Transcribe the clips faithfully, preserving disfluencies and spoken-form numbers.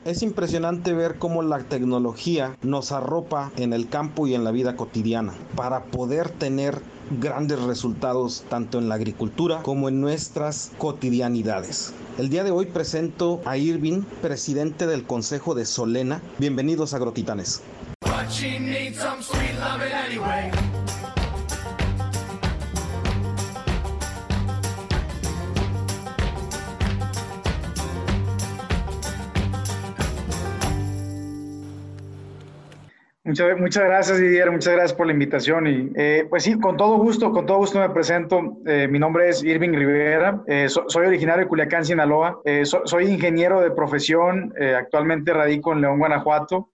Es impresionante ver cómo la tecnología nos arropa en el campo y en la vida cotidiana para poder tener grandes resultados tanto en la agricultura como en nuestras cotidianidades. El día de hoy presento a Irving, presidente del Consejo de Solena. Bienvenidos a Agrotitanes. Muchas, muchas gracias, Didier, muchas gracias por la invitación. Y eh, pues sí, con todo gusto, con todo gusto me presento. Eh, mi nombre es Irving Rivera, eh, so, soy originario de Culiacán, Sinaloa. Eh, so, soy ingeniero de profesión, eh, actualmente radico en León, Guanajuato.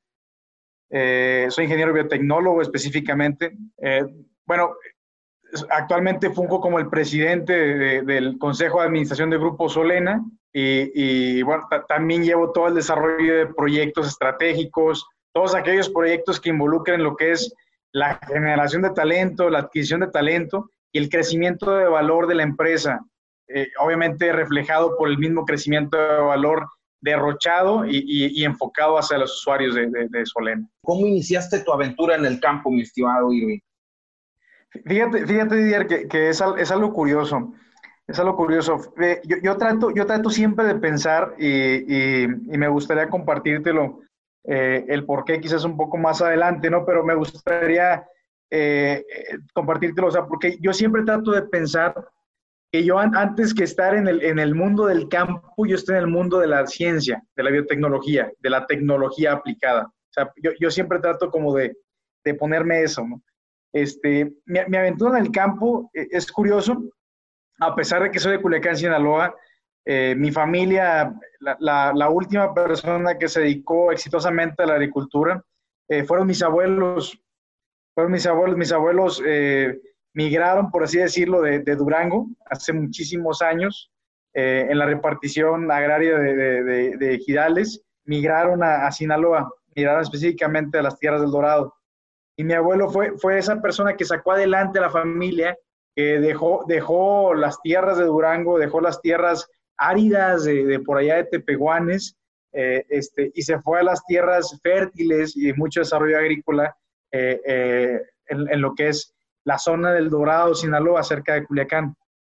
Eh, soy ingeniero biotecnólogo específicamente. Eh, bueno, actualmente funjo como el presidente de, del Consejo de Administración del Grupo Solena y, y bueno, también llevo todo el desarrollo de proyectos estratégicos, todos aquellos proyectos que involucren lo que es la generación de talento, la adquisición de talento y el crecimiento de valor de la empresa, eh, obviamente reflejado por el mismo crecimiento de valor derrochado y, y, y enfocado hacia los usuarios de, de, de Solena. ¿Cómo iniciaste tu aventura en el campo, mi estimado Irving? Fíjate, fíjate Didier, que, que es, es algo curioso. Es algo curioso. Eh, yo, yo, trato, yo trato siempre de pensar y, y, y me gustaría compartírtelo. Eh, el por qué quizás un poco más adelante, ¿no? Pero me gustaría eh, compartírtelo, o sea, porque yo siempre trato de pensar que yo an antes que estar en el, en el mundo del campo, yo estoy en el mundo de la ciencia, de la biotecnología, de la tecnología aplicada. O sea, yo, yo siempre trato como de, de ponerme eso, ¿no? Este, mi, mi aventura en el campo eh, es curioso, a pesar de que soy de Culiacán, Sinaloa. Eh, mi familia, la, la, la, última persona que se dedicó exitosamente a la agricultura, eh, fueron mis abuelos. Fueron mis abuelos. Mis abuelos eh, migraron, por así decirlo, de, de Durango hace muchísimos años, eh, en la repartición agraria de, de, de, de Ejidales, migraron a, a Sinaloa, migraron específicamente a las tierras del Dorado. Y mi abuelo fue, fue esa persona que sacó adelante a la familia, que dejó, dejó las tierras de Durango, dejó las tierras áridas de, de por allá de Tepehuanes, eh, este, y se fue a las tierras fértiles y mucho desarrollo agrícola eh, eh, en, en lo que es la zona del Dorado, Sinaloa, cerca de Culiacán.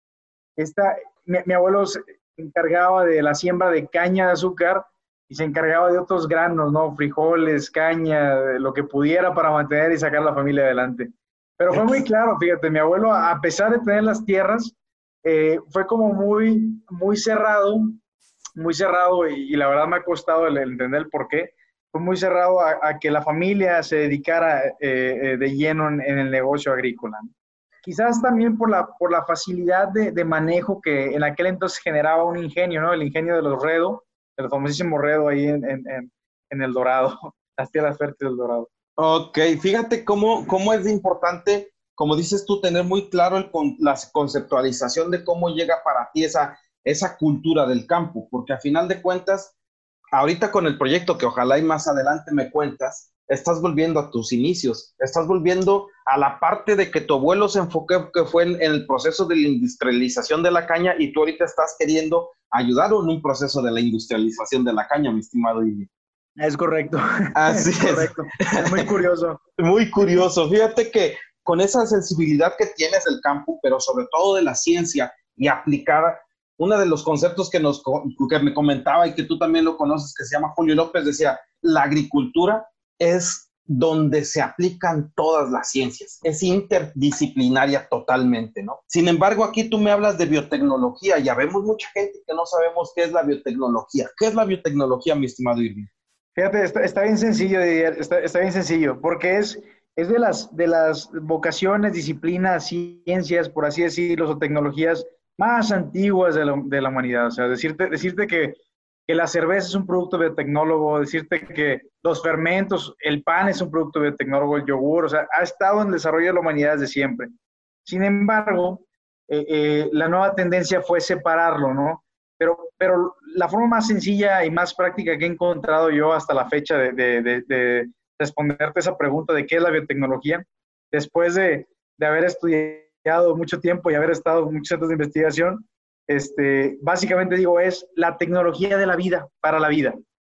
Esta, mi, mi abuelo se encargaba de la siembra de caña de azúcar y se encargaba de otros granos, ¿no? Frijoles, caña, lo que pudiera para mantener y sacar a la familia adelante. Pero fue muy claro, fíjate, mi abuelo, a pesar de tener las tierras, Eh, fue como muy, muy cerrado, muy cerrado y, y la verdad me ha costado el, el entender el por qué. Fue muy cerrado a, a que la familia se dedicara eh, eh, de lleno en, en el negocio agrícola. Quizás también por la, por la facilidad de, de manejo que en aquel entonces generaba un ingenio, ¿no? El ingenio de los Redo, el famosísimo Redo ahí en, en, en, en el Dorado, las tierras fértiles del Dorado. Ok, fíjate cómo, cómo es importante, como dices tú, tener muy claro el con, la conceptualización de cómo llega para ti esa, esa cultura del campo, porque a final de cuentas, ahorita con el proyecto que ojalá y más adelante me cuentas, estás volviendo a tus inicios, estás volviendo a la parte de que tu abuelo se enfocó, que fue en, en el proceso de la industrialización de la caña, y tú ahorita estás queriendo ayudar en un proceso de la industrialización de la caña, mi estimado Ili. Es correcto. Así es correcto. Es. Es muy curioso. Muy curioso. Fíjate que con esa sensibilidad que tienes del campo, pero sobre todo de la ciencia y aplicada, uno de los conceptos que, nos, que me comentaba y que tú también lo conoces, que se llama Julio López, decía, la agricultura es donde se aplican todas las ciencias, es interdisciplinaria totalmente, ¿no? Sin embargo, aquí tú me hablas de biotecnología, ya vemos mucha gente que no sabemos qué es la biotecnología. ¿Qué es la biotecnología, mi estimado Irving? Fíjate, está, está bien sencillo, está, está bien sencillo, porque es, es de, las, de las vocaciones, disciplinas, ciencias, por así decirlo, o tecnologías más antiguas de la, de la humanidad. O sea, decirte, decirte que, que la cerveza es un producto biotecnólogo, decirte que los fermentos, el pan es un producto biotecnólogo, el yogur, o sea, ha estado en el desarrollo de la humanidad desde siempre. Sin embargo, eh, eh, la nueva tendencia fue separarlo, ¿no? Pero, pero la forma más sencilla y más práctica que he encontrado yo hasta la fecha de, de, de, de responderte esa pregunta de qué es la biotecnología, después de, de haber estudiado mucho tiempo y haber estado en muchos centros de investigación, este, básicamente digo, es la tecnología de la vida, para la vida.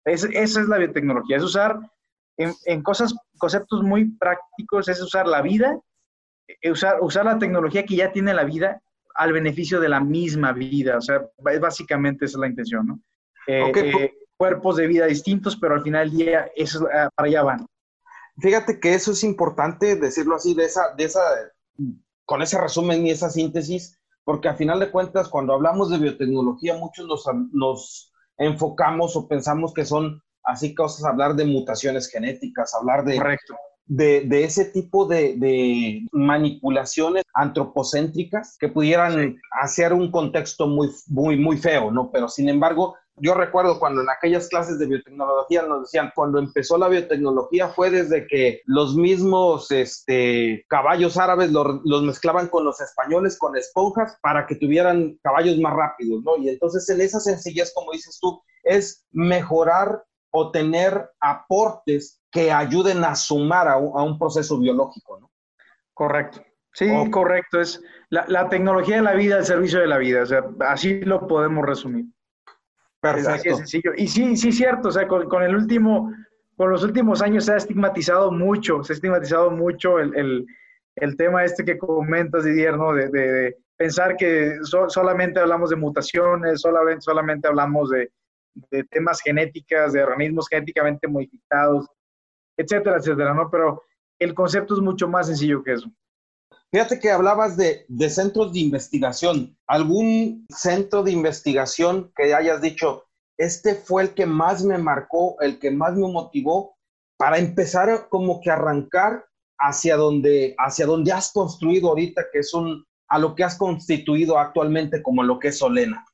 Es, esa es la biotecnología, es usar en, en cosas, conceptos muy prácticos, es usar la vida, usar, usar la tecnología que ya tiene la vida al beneficio de la misma vida. O sea, es básicamente esa es la intención, ¿no? Eh, Ok, eh, cuerpos de vida distintos, pero al final del día eso, uh, para allá van. fíjate que eso es importante decirlo así, de esa, de esa, con ese resumen y esa síntesis, porque a final de cuentas, cuando hablamos de biotecnología, muchos nos, nos enfocamos o pensamos que son así cosas, hablar de mutaciones genéticas, hablar de, Correcto. de, de ese tipo de, de manipulaciones antropocéntricas que pudieran sí. hacer un contexto muy, muy, muy feo, ¿no? Pero sin embargo, yo recuerdo cuando en aquellas clases de biotecnología nos decían, cuando empezó la biotecnología fue desde que los mismos este, caballos árabes los, los mezclaban con los españoles, con esponjas, para que tuvieran caballos más rápidos, ¿no? Y entonces en esa sencillez, como dices tú, es mejorar o tener aportes que ayuden a sumar a un, a un proceso biológico, ¿no? Correcto. Sí, oh. correcto. Es la, la tecnología de la vida al servicio de la vida. O sea, así lo podemos resumir. Perfecto. Así de sencillo. Y sí, sí, cierto. O sea, con, con el último, con los últimos años se ha estigmatizado mucho, se ha estigmatizado mucho el, el, el tema este que comentas, Didier, ¿no? De, de, de pensar que so, solamente hablamos de mutaciones, solamente, solamente hablamos de, de temas genéticas, de organismos genéticamente modificados, etcétera, etcétera, ¿no? Pero el concepto es mucho más sencillo que eso. Fíjate que hablabas de, de centros de investigación. ¿Algún centro de investigación que hayas dicho, este fue el que más me marcó, el que más me motivó para empezar a, como que arrancar hacia donde, hacia donde has construido ahorita, que es un, a lo que has constituido actualmente como lo que es Solena?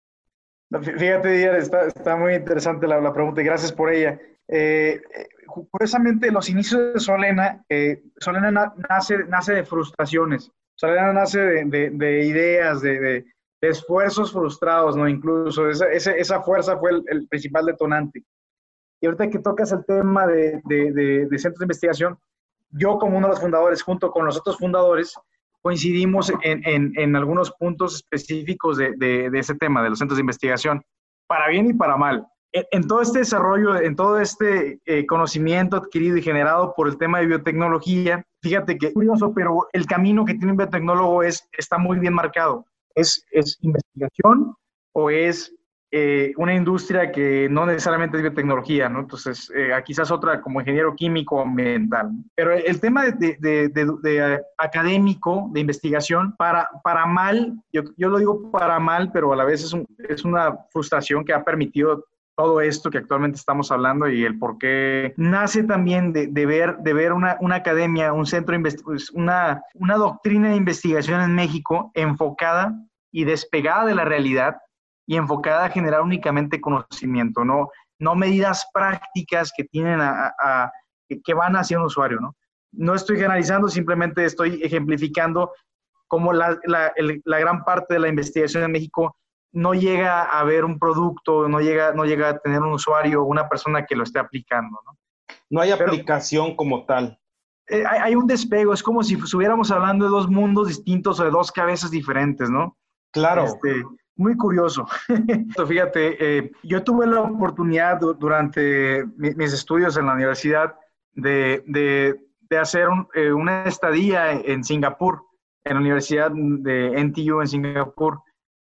Fíjate, Díaz, está, está muy interesante la, la pregunta y gracias por ella. Eh, curiosamente, los inicios de Solena, eh, Solena na, nace, nace de frustraciones, Solena nace de, de, de ideas, de, de, de esfuerzos frustrados, ¿no? Incluso esa, esa, esa fuerza fue el, el principal detonante. Y ahorita que tocas el tema de, de, de, de centros de investigación, yo como uno de los fundadores, junto con los otros fundadores, coincidimos en, en, en algunos puntos específicos de, de, de ese tema, de los centros de investigación, para bien y para mal. En, en todo este desarrollo, en todo este eh, conocimiento adquirido y generado por el tema de biotecnología, fíjate que es curioso, pero el camino que tiene un biotecnólogo es, está muy bien marcado. Es, es investigación o es eh, una industria que no necesariamente es biotecnología, ¿no? Entonces, eh, quizás otra como ingeniero químico o ambiental. Pero el tema de, de, de, de académico, de investigación, para, para mal, yo, yo lo digo para mal, pero a la vez es, un, es una frustración que ha permitido todo esto que actualmente estamos hablando y el por qué nace también de, de ver, de ver una, una academia, un centro de investigación, una, una doctrina de investigación en México enfocada y despegada de la realidad y enfocada a generar únicamente conocimiento, no, no medidas prácticas que tienen a, a, a que van hacia un usuario, ¿no? No estoy generalizando, simplemente estoy ejemplificando cómo la, la, el, la gran parte de la investigación en México no llega a ver un producto, no llega, no llega a tener un usuario o una persona que lo esté aplicando, ¿no? No hay aplicación Pero, como tal. Eh, hay, hay un despego, es como si estuviéramos hablando de dos mundos distintos o de dos cabezas diferentes, ¿no? Claro. Este, muy curioso. Fíjate, eh, yo tuve la oportunidad durante mis estudios en la universidad de, de, de hacer un, eh, una estadía en Singapur, en la Universidad de N T U en Singapur.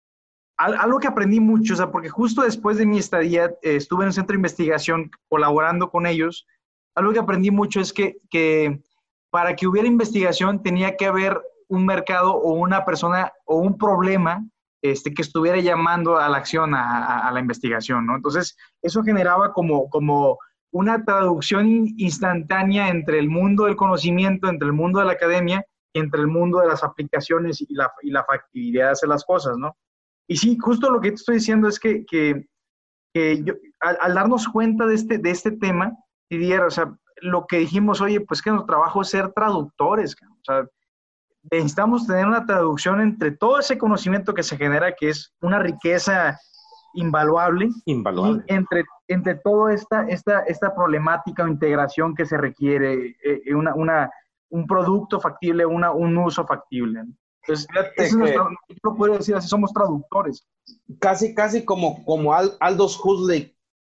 Algo que aprendí mucho, o sea, porque justo después de mi estadía eh, estuve en un centro de investigación colaborando con ellos. Algo que aprendí mucho es que, que para que hubiera investigación tenía que haber un mercado o una persona o un problema este, que estuviera llamando a la acción, a, a, a la investigación, ¿no? Entonces, eso generaba como, como una traducción instantánea entre el mundo del conocimiento, entre el mundo de la academia y entre el mundo de las aplicaciones y la, y la factibilidad de hacer las cosas, ¿no? Y sí, justo lo que te estoy diciendo es que, que, que yo, al, al darnos cuenta de este, de este tema, Didier, o sea, lo que dijimos, oye, pues que nuestro trabajo es ser traductores, o sea, necesitamos tener una traducción entre todo ese conocimiento que se genera, que es una riqueza invaluable, invaluable. y entre, entre toda esta, esta, esta problemática o integración que se requiere, eh, una, una, un producto factible, una, un uso factible, ¿no? Entonces, ese es nuestro, yo lo puedo decir así, somos traductores. Casi, casi como, como Aldous Huxley,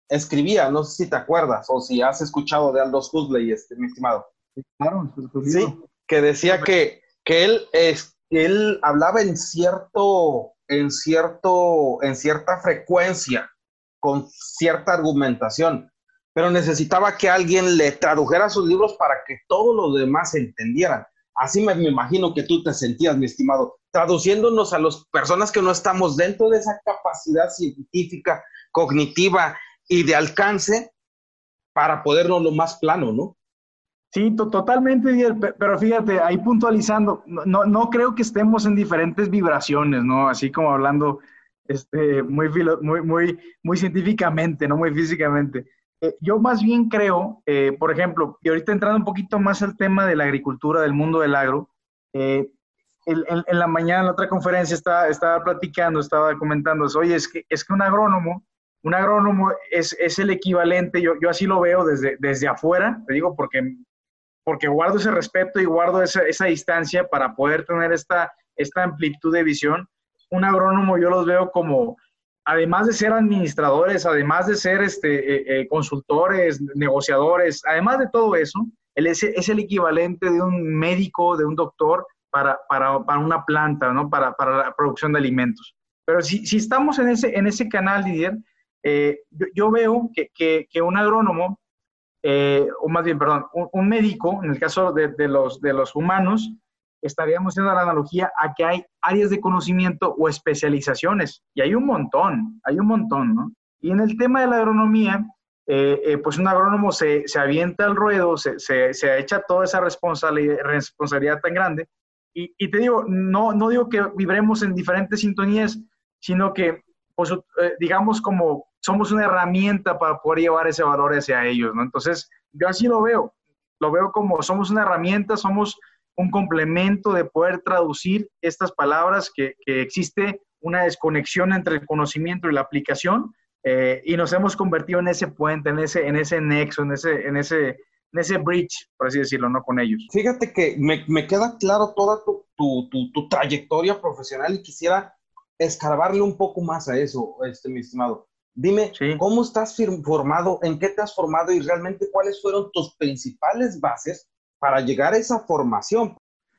escribía, no sé si te acuerdas o si has escuchado de Aldous Huxley, este, mi estimado. Claro, su- su Sí, libro. que decía que, que él, es, que él hablaba en cierto, en cierto, en cierta frecuencia, con cierta argumentación, pero necesitaba que alguien le tradujera sus libros para que todos los demás entendieran. Así me, me imagino que tú te sentías, mi estimado, traduciéndonos a las personas que no estamos dentro de esa capacidad científica, cognitiva y de alcance para podernos lo más plano, ¿no? Sí, to- totalmente, Dier, pe- pero fíjate, ahí puntualizando, no, no, no creo que estemos en diferentes vibraciones, ¿no? Así como hablando este, muy, filo- muy, muy, muy científicamente, no muy físicamente. Eh, yo más bien creo, eh, por ejemplo, y ahorita entrando un poquito más al tema de la agricultura, del mundo del agro, eh, el- en, en la mañana en la otra conferencia estaba, estaba platicando, estaba comentando, oye, es que, es que un agrónomo, un agrónomo es, es el equivalente, yo, yo así lo veo desde, desde afuera, te digo, porque porque guardo ese respeto y guardo esa, esa distancia para poder tener esta, esta amplitud de visión. Un agrónomo yo los veo como, además de ser administradores, además de ser este, eh, eh, consultores, negociadores, además de todo eso, él es, es el equivalente de un médico, de un doctor para, para, para una planta, ¿no? para, para la producción de alimentos. Pero si, si estamos en ese, en ese canal, Didier, eh, yo, yo, veo que, que, que un agrónomo eh, o más bien, perdón, un, un, médico, en el caso de, de, los, de los humanos, estaríamos haciendo la analogía a que hay áreas de conocimiento o especializaciones, y hay un montón, hay un montón, ¿no? Y en el tema de la agronomía, eh, eh, pues un agrónomo se, se avienta al ruedo, se, se, se echa toda esa responsabilidad, responsabilidad tan grande, y, y te digo, no, no digo que vibremos en diferentes sintonías, sino que, pues, eh, digamos, como somos una herramienta para poder llevar ese valor hacia ellos, ¿no? Entonces, yo así lo veo, lo veo como somos una herramienta, somos un complemento de poder traducir estas palabras, que, que existe una desconexión entre el conocimiento y la aplicación, eh, y nos hemos convertido en ese puente, en ese, en ese nexo, en ese, en ese, en ese bridge, por así decirlo, ¿no? Con ellos. Fíjate que me, me queda claro toda tu, tu, tu, tu trayectoria profesional y quisiera escarbarle un poco más a eso, este, mi estimado. Dime, Sí. ¿cómo estás formado? ¿En qué te has formado? Y realmente, ¿cuáles fueron tus principales bases para llegar a esa formación?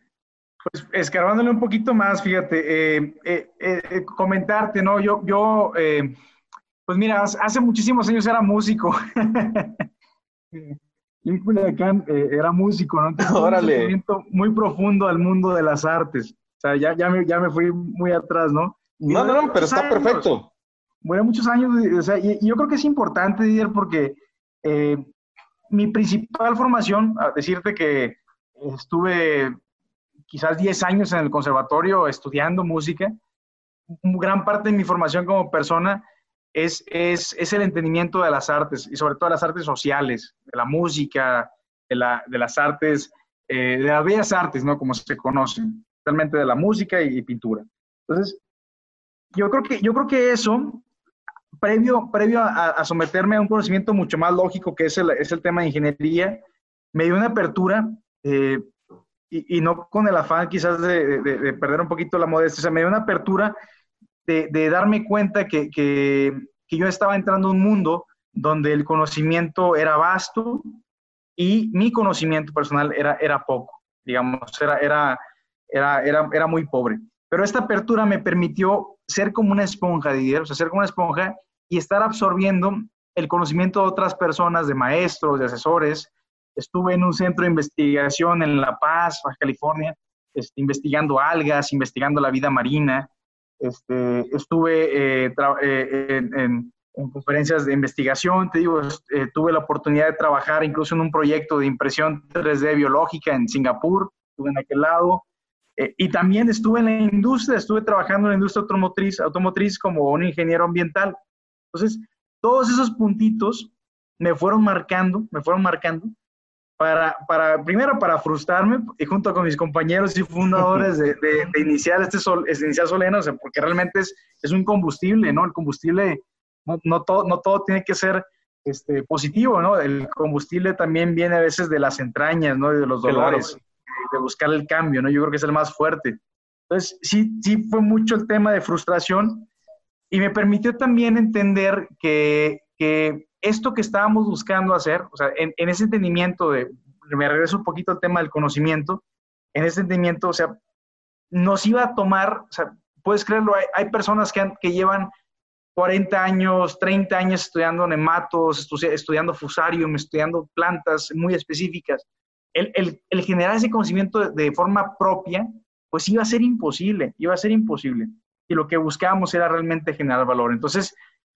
Pues escarbándole un poquito más, fíjate, eh, eh, eh, comentarte, ¿no? Yo, yo eh, pues mira, hace muchísimos años era músico. Y en Culiacán eh, era músico, ¿no? Entonces tuve un Órale. acercamiento muy profundo al mundo de las artes. O sea, ya, ya, me, ya me fui muy atrás, ¿no? Y No, no, duré no, pero muchos está años, perfecto. duré muchos años, o sea, y, y yo creo que es importante, Didier, porque eh, mi principal formación, a decirte que estuve quizás diez años en el conservatorio estudiando música, gran parte de mi formación como persona es, es, es el entendimiento de las artes, y sobre todo las artes sociales, de la música, de, la, de las artes, eh, de las bellas artes, ¿no? Como se conocen, realmente de la música y, y pintura. Entonces, yo creo que, yo creo que eso, previo, previo a, a someterme a un conocimiento mucho más lógico, que es el, es el tema de ingeniería, me dio una apertura, eh, y, y, no con el afán quizás de, de, de perder un poquito la modestia, o sea, me dio una apertura de, de darme cuenta que, que, que yo estaba entrando a un mundo donde el conocimiento era vasto y mi conocimiento personal era, era poco, digamos, era, era, era, era, era muy pobre. Pero esta apertura me permitió ser como una esponja, Didier, o sea, ser como una esponja y estar absorbiendo el conocimiento de otras personas, de maestros, de asesores. Estuve en un centro de investigación en La Paz, Baja California, este, investigando algas, investigando la vida marina. Este, estuve eh, eh, en, en, en conferencias de investigación, te digo, eh, tuve la oportunidad de trabajar incluso en un proyecto de impresión tres D biológica en Singapur, estuve en aquel lado, eh, y también estuve en la industria, estuve trabajando en la industria automotriz, automotriz como un ingeniero ambiental. Entonces, todos esos puntitos me fueron marcando, me fueron marcando, para, para, primero para frustrarme, y junto con mis compañeros y fundadores de, de, de iniciar este sol, de iniciar Solena, o sea, porque realmente es, es un combustible, ¿no? El combustible, no, no, todo, no todo tiene que ser este, positivo, ¿no? El combustible también viene a veces de las entrañas, ¿no? Y de los dolores, claro, de buscar el cambio, ¿no? Yo creo que es el más fuerte. Entonces, sí, sí fue mucho el tema de frustración y me permitió también entender que, que esto que estábamos buscando hacer, o sea, en, en ese entendimiento de, me regreso un poquito al tema del conocimiento, en ese entendimiento, o sea, nos iba a tomar, o sea, puedes creerlo, hay, hay personas que, han, que llevan cuarenta años, treinta años estudiando nematos, estu estudiando fusarium, estudiando plantas muy específicas. El, el, el generar ese conocimiento de, de forma propia, pues iba a ser imposible, iba a ser imposible. Y lo que buscábamos era realmente generar valor. Entonces,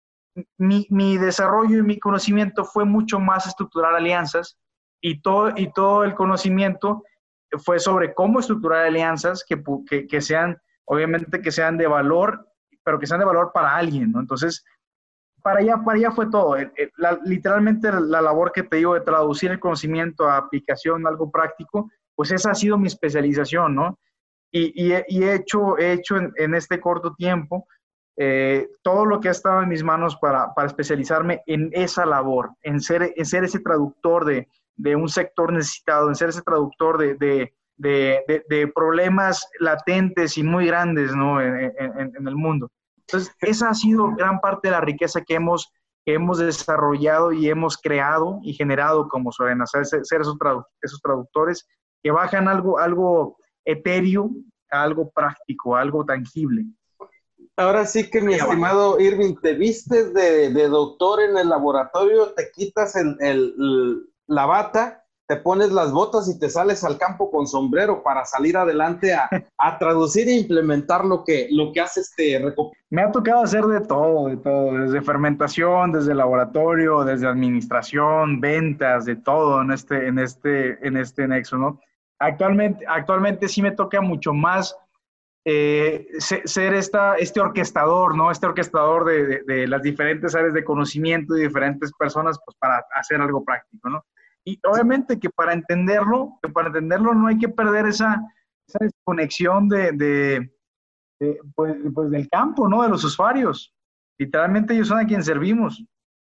mi, mi desarrollo y mi conocimiento fue mucho más estructurar alianzas y todo, y todo el conocimiento fue sobre cómo estructurar alianzas que, que, que sean, obviamente, que sean de valor, pero que sean de valor para alguien, ¿no? Entonces, para allá, para allá fue todo. La, literalmente la labor que te digo de traducir el conocimiento a aplicación, algo práctico, pues esa ha sido mi especialización, ¿no? Y, y, y he hecho, he hecho en, en este corto tiempo eh, todo lo que ha estado en mis manos para, para especializarme en esa labor, en ser, en ser ese traductor de, de un sector necesitado, en ser ese traductor de, de, de, de, de problemas latentes y muy grandes, ¿no? en, en, en el mundo. Entonces, esa ha sido gran parte de la riqueza que hemos, que hemos desarrollado y hemos creado y generado como Sorena, ser, ser esos, tradu esos traductores que bajan algo, algo etéreo a algo práctico, a algo tangible. Ahora sí que, mi estimado Irving, te vistes de, de doctor en el laboratorio, te quitas el, el, el, la bata, te pones las botas y te sales al campo con sombrero para salir adelante a, a traducir e implementar lo que, lo que hace este recopilatorio. Me ha tocado hacer de todo, de todo, desde fermentación, desde laboratorio, desde administración, ventas, de todo en este, en este, en este nexo, ¿no? Actualmente, actualmente sí me toca mucho más eh, ser esta, este orquestador, ¿no? Este orquestador de, de, de las diferentes áreas de conocimiento y diferentes personas, pues para hacer algo práctico, ¿no? Y obviamente que para entenderlo, que para entenderlo no hay que perder esa, esa desconexión de, de, de pues, pues del campo, ¿no? De los usuarios. Literalmente ellos son a quien servimos.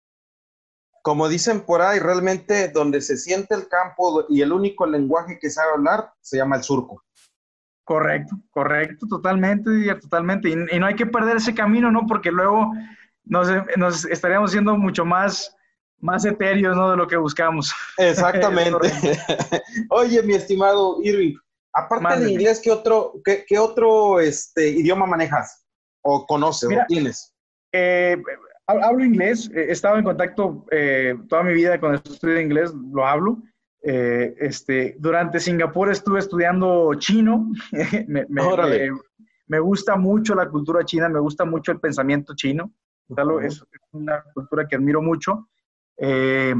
Como dicen por ahí, realmente donde se siente el campo y el único lenguaje que sabe hablar se llama el surco. Correcto, correcto, totalmente, totalmente. Y, y no hay que perder ese camino, ¿no? Porque luego nos, nos estaríamos siendo mucho más, más etéreos, ¿no? De lo que buscamos. Exactamente. Oye, mi estimado Irving, aparte Mándeme. de inglés, ¿qué otro, qué, qué otro este, idioma manejas? ¿O conoces Mira, o tienes? Eh, hablo inglés, he estado en contacto eh, toda mi vida con el estudio de inglés, lo hablo. Eh, este, durante Singapur estuve estudiando chino. me, me, me, me gusta mucho la cultura china, me gusta mucho el pensamiento chino. Uh-huh. Es una cultura que admiro mucho. Eh,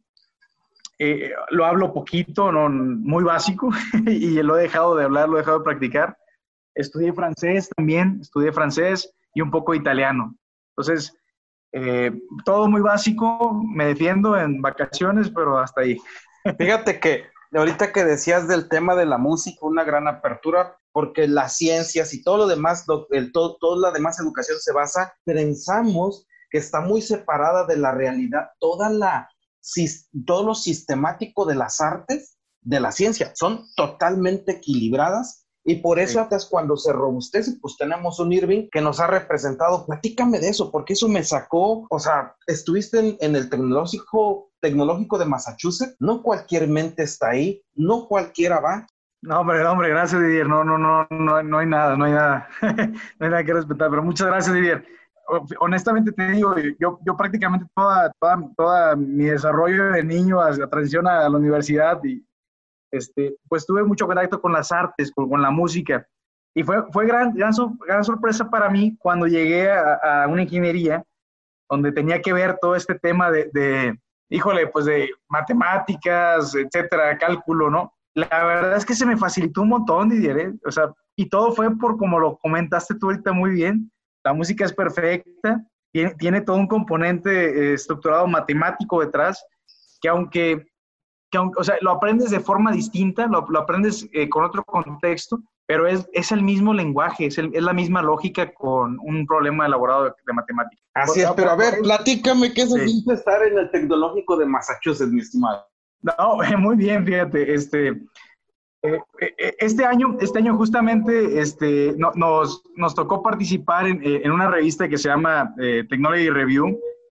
eh, lo hablo poquito, no, muy básico, y lo he dejado de hablar, lo he dejado de practicar. Estudié francés también, estudié francés y un poco italiano. Entonces, eh, todo muy básico, me defiendo en vacaciones, pero hasta ahí. Fíjate que ahorita que decías del tema de la música, una gran apertura, porque las ciencias y todo lo demás, lo, el, todo, toda la demás educación se basa, pensamos que está muy separada de la realidad, toda la, todo lo sistemático de las artes, de la ciencia, son totalmente equilibradas. Y por eso, sí. hasta cuando se robustece, pues tenemos un Irving que nos ha representado. Platícame de eso, porque eso me sacó, o sea, estuviste en, en el tecnológico, tecnológico de Massachusetts, no cualquier mente está ahí, no cualquiera va. No, hombre, hombre, gracias, Didier, no, no, no, no, no hay nada, no hay nada, no hay nada que respetar, pero muchas gracias, Didier. Honestamente te digo, yo, yo prácticamente toda, toda, toda mi desarrollo de niño, a la transición a la universidad y Este, pues tuve mucho contacto con las artes, con, con la música, y fue, fue gran, gran, gran sorpresa para mí cuando llegué a, a una ingeniería donde tenía que ver todo este tema de, de, híjole, pues de matemáticas, etcétera, cálculo, ¿no? La verdad es que se me facilitó un montón, Didier, ¿eh? O sea, y todo fue por como lo comentaste tú ahorita muy bien, la música es perfecta, tiene, tiene todo un componente eh, estructurado matemático detrás, que aunque Que, o sea, lo aprendes de forma distinta, lo, lo aprendes eh, con otro contexto, pero es, es el mismo lenguaje, es, el, es la misma lógica con un problema elaborado de, de matemáticas. Así es, pero a ver, platícame qué se siente estar en el tecnológico de Massachusetts, mi estimado. No, muy bien, fíjate, este, eh, este año, este año justamente este, no, nos, nos tocó participar en, en una revista que se llama eh, Technology Review,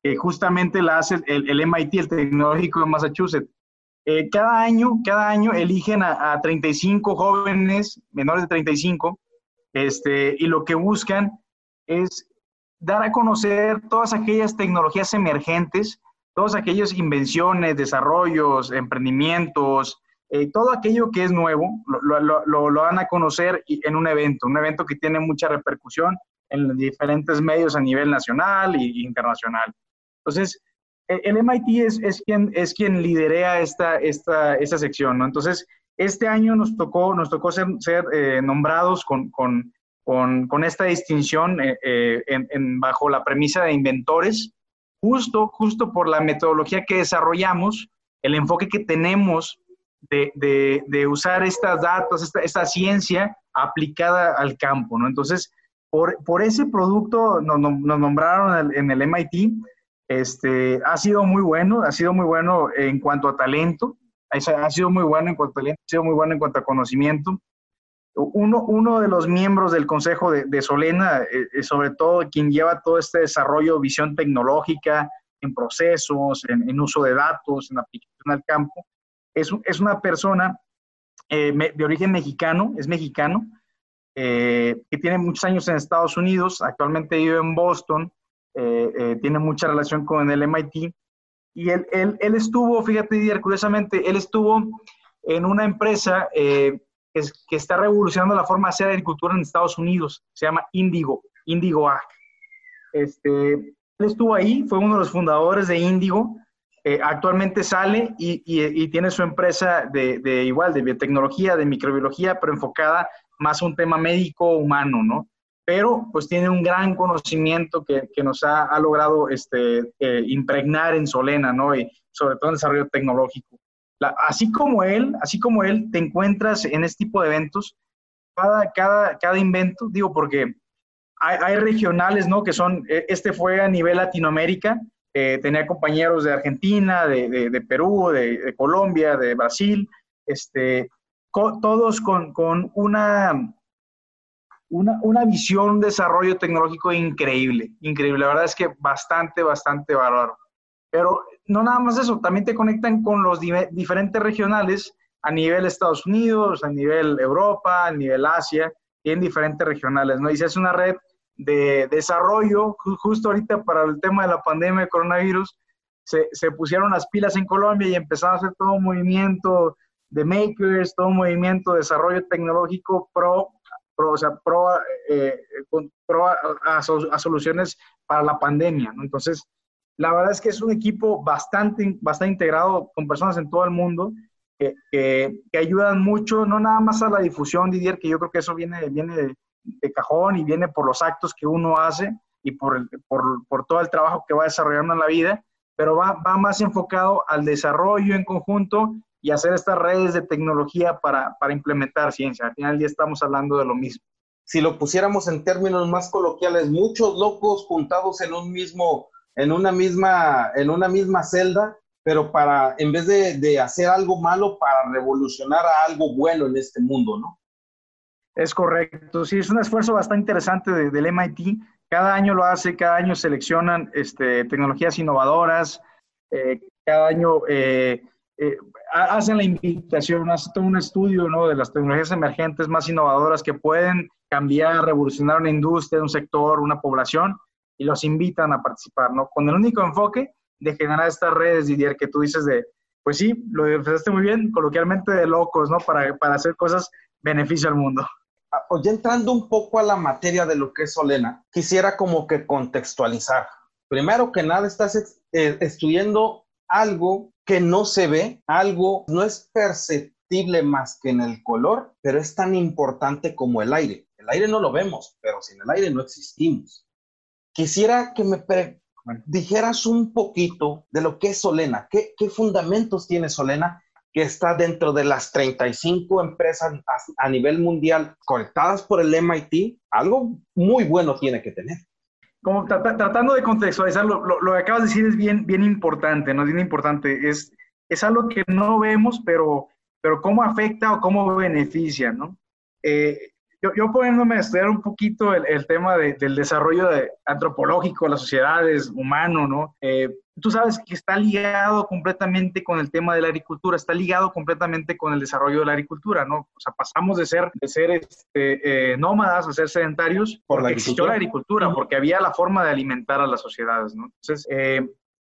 que justamente la hace el, el M I T, el Tecnológico de Massachusetts. Eh, cada año, cada año eligen a, a treinta y cinco jóvenes menores de treinta y cinco, este, y lo que buscan es dar a conocer todas aquellas tecnologías emergentes, todas aquellas invenciones, desarrollos, emprendimientos, eh, todo aquello que es nuevo, lo, lo, lo, lo dan a conocer en un evento, un evento que tiene mucha repercusión en diferentes medios a nivel nacional e internacional. Entonces, el M I T es, es, quien, es quien liderea esta, esta, esta sección, ¿no? Entonces, este año nos tocó, nos tocó ser, ser eh, nombrados con, con, con, con esta distinción eh, eh, en, en, bajo la premisa de inventores, justo, justo por la metodología que desarrollamos, el enfoque que tenemos de, de, de usar estas datos, esta, esta ciencia aplicada al campo, ¿no? Entonces, por, por ese producto nos, nos nombraron en el, en el M I T. Este, ha sido muy bueno, ha sido muy bueno en cuanto a talento, ha sido muy bueno en cuanto a talento, ha sido muy bueno en cuanto a conocimiento. Uno, uno de los miembros del consejo de, de Solena, eh, sobre todo quien lleva todo este desarrollo, visión tecnológica, en procesos, en, en uso de datos, en aplicación al campo, es, es una persona eh, de origen mexicano, es mexicano, eh, que tiene muchos años en Estados Unidos, actualmente vive en Boston. Eh, eh, tiene mucha relación con el M I T, y él, él, él estuvo, fíjate, Didier, curiosamente, él estuvo en una empresa eh, que, es, que está revolucionando la forma de hacer agricultura en Estados Unidos, se llama Indigo, Indigo Ag. Este, él estuvo ahí, fue uno de los fundadores de Indigo, eh, actualmente sale y, y, y tiene su empresa de, de igual, de biotecnología, de microbiología, pero enfocada más a un tema médico humano, ¿no? Pero pues tiene un gran conocimiento que, que nos ha, ha logrado este, eh, impregnar en Solena, ¿no? Y sobre todo en el desarrollo tecnológico. La, así como él, así como él, te encuentras en este tipo de eventos, cada, cada, cada invento, digo, porque hay, hay regionales, ¿no? Que son, este fue a nivel Latinoamérica, eh, tenía compañeros de Argentina, de, de, de Perú, de, de Colombia, de Brasil, este, co, todos con, con una... Una, una visión, un desarrollo tecnológico increíble, increíble. La verdad es que bastante, bastante bárbaro. Pero no nada más eso, también te conectan con los di diferentes regionales a nivel Estados Unidos, a nivel Europa, a nivel Asia, tienen diferentes regionales, ¿no? Y se hace una red de desarrollo, justo ahorita para el tema de la pandemia de coronavirus, se, se pusieron las pilas en Colombia y empezaron a hacer todo un movimiento de makers, todo un movimiento de desarrollo tecnológico pro Pro, o sea, pro, eh, pro a, a, a soluciones para la pandemia, ¿no? Entonces, la verdad es que es un equipo bastante, bastante integrado con personas en todo el mundo que, que, que ayudan mucho, no nada más a la difusión, Didier, que yo creo que eso viene, viene de, de cajón y viene por los actos que uno hace y por, el, por, por todo el trabajo que va desarrollando en la vida, pero va, va más enfocado al desarrollo en conjunto y hacer estas redes de tecnología para, para implementar ciencia. Al final del día estamos hablando de lo mismo. Si lo pusiéramos en términos más coloquiales, muchos locos juntados en un mismo, en una misma, en una misma celda, pero para, en vez de, de hacer algo malo, para revolucionar a algo bueno en este mundo, ¿no? Es correcto. Sí, es un esfuerzo bastante interesante de, del M I T. Cada año lo hace, cada año seleccionan este, tecnologías innovadoras, eh, cada año... Eh, Eh, hacen la invitación, hacen todo un estudio, ¿no? De las tecnologías emergentes más innovadoras que pueden cambiar, revolucionar una industria, un sector, una población, y los invitan a participar, ¿no? Con el único enfoque de generar estas redes, Didier, que tú dices de, pues sí, lo empezaste muy bien, coloquialmente de locos, ¿no? Para, para hacer cosas beneficio al mundo. Ya entrando un poco a la materia de lo que es Solena, quisiera como que contextualizar. Primero que nada, estás eh, estudiando algo que no se ve, algo no es perceptible más que en el color, pero es tan importante como el aire. El aire no lo vemos, pero sin el aire no existimos. Quisiera que me dijeras un poquito de lo que es Solena, qué, qué fundamentos tiene Solena, que está dentro de las treinta y cinco empresas a, a nivel mundial conectadas por el M I T. Algo muy bueno tiene que tener. Como trat tratando de contextualizar, lo, lo, lo que acabas de decir es bien, bien importante, ¿no? Es bien importante. Es, es algo que no vemos, pero, pero cómo afecta o cómo beneficia, ¿no? Eh, yo, yo poniéndome a estudiar un poquito el, el tema de, del desarrollo de, antropológico de las sociedades, humano, ¿no? Eh, tú sabes que está ligado completamente con el tema de la agricultura, está ligado completamente con el desarrollo de la agricultura, ¿no? O sea, pasamos de ser, de ser este, eh, nómadas a ser sedentarios ¿Por la porque existió la agricultura, porque había la forma de alimentar a las sociedades, ¿no? Entonces, eh,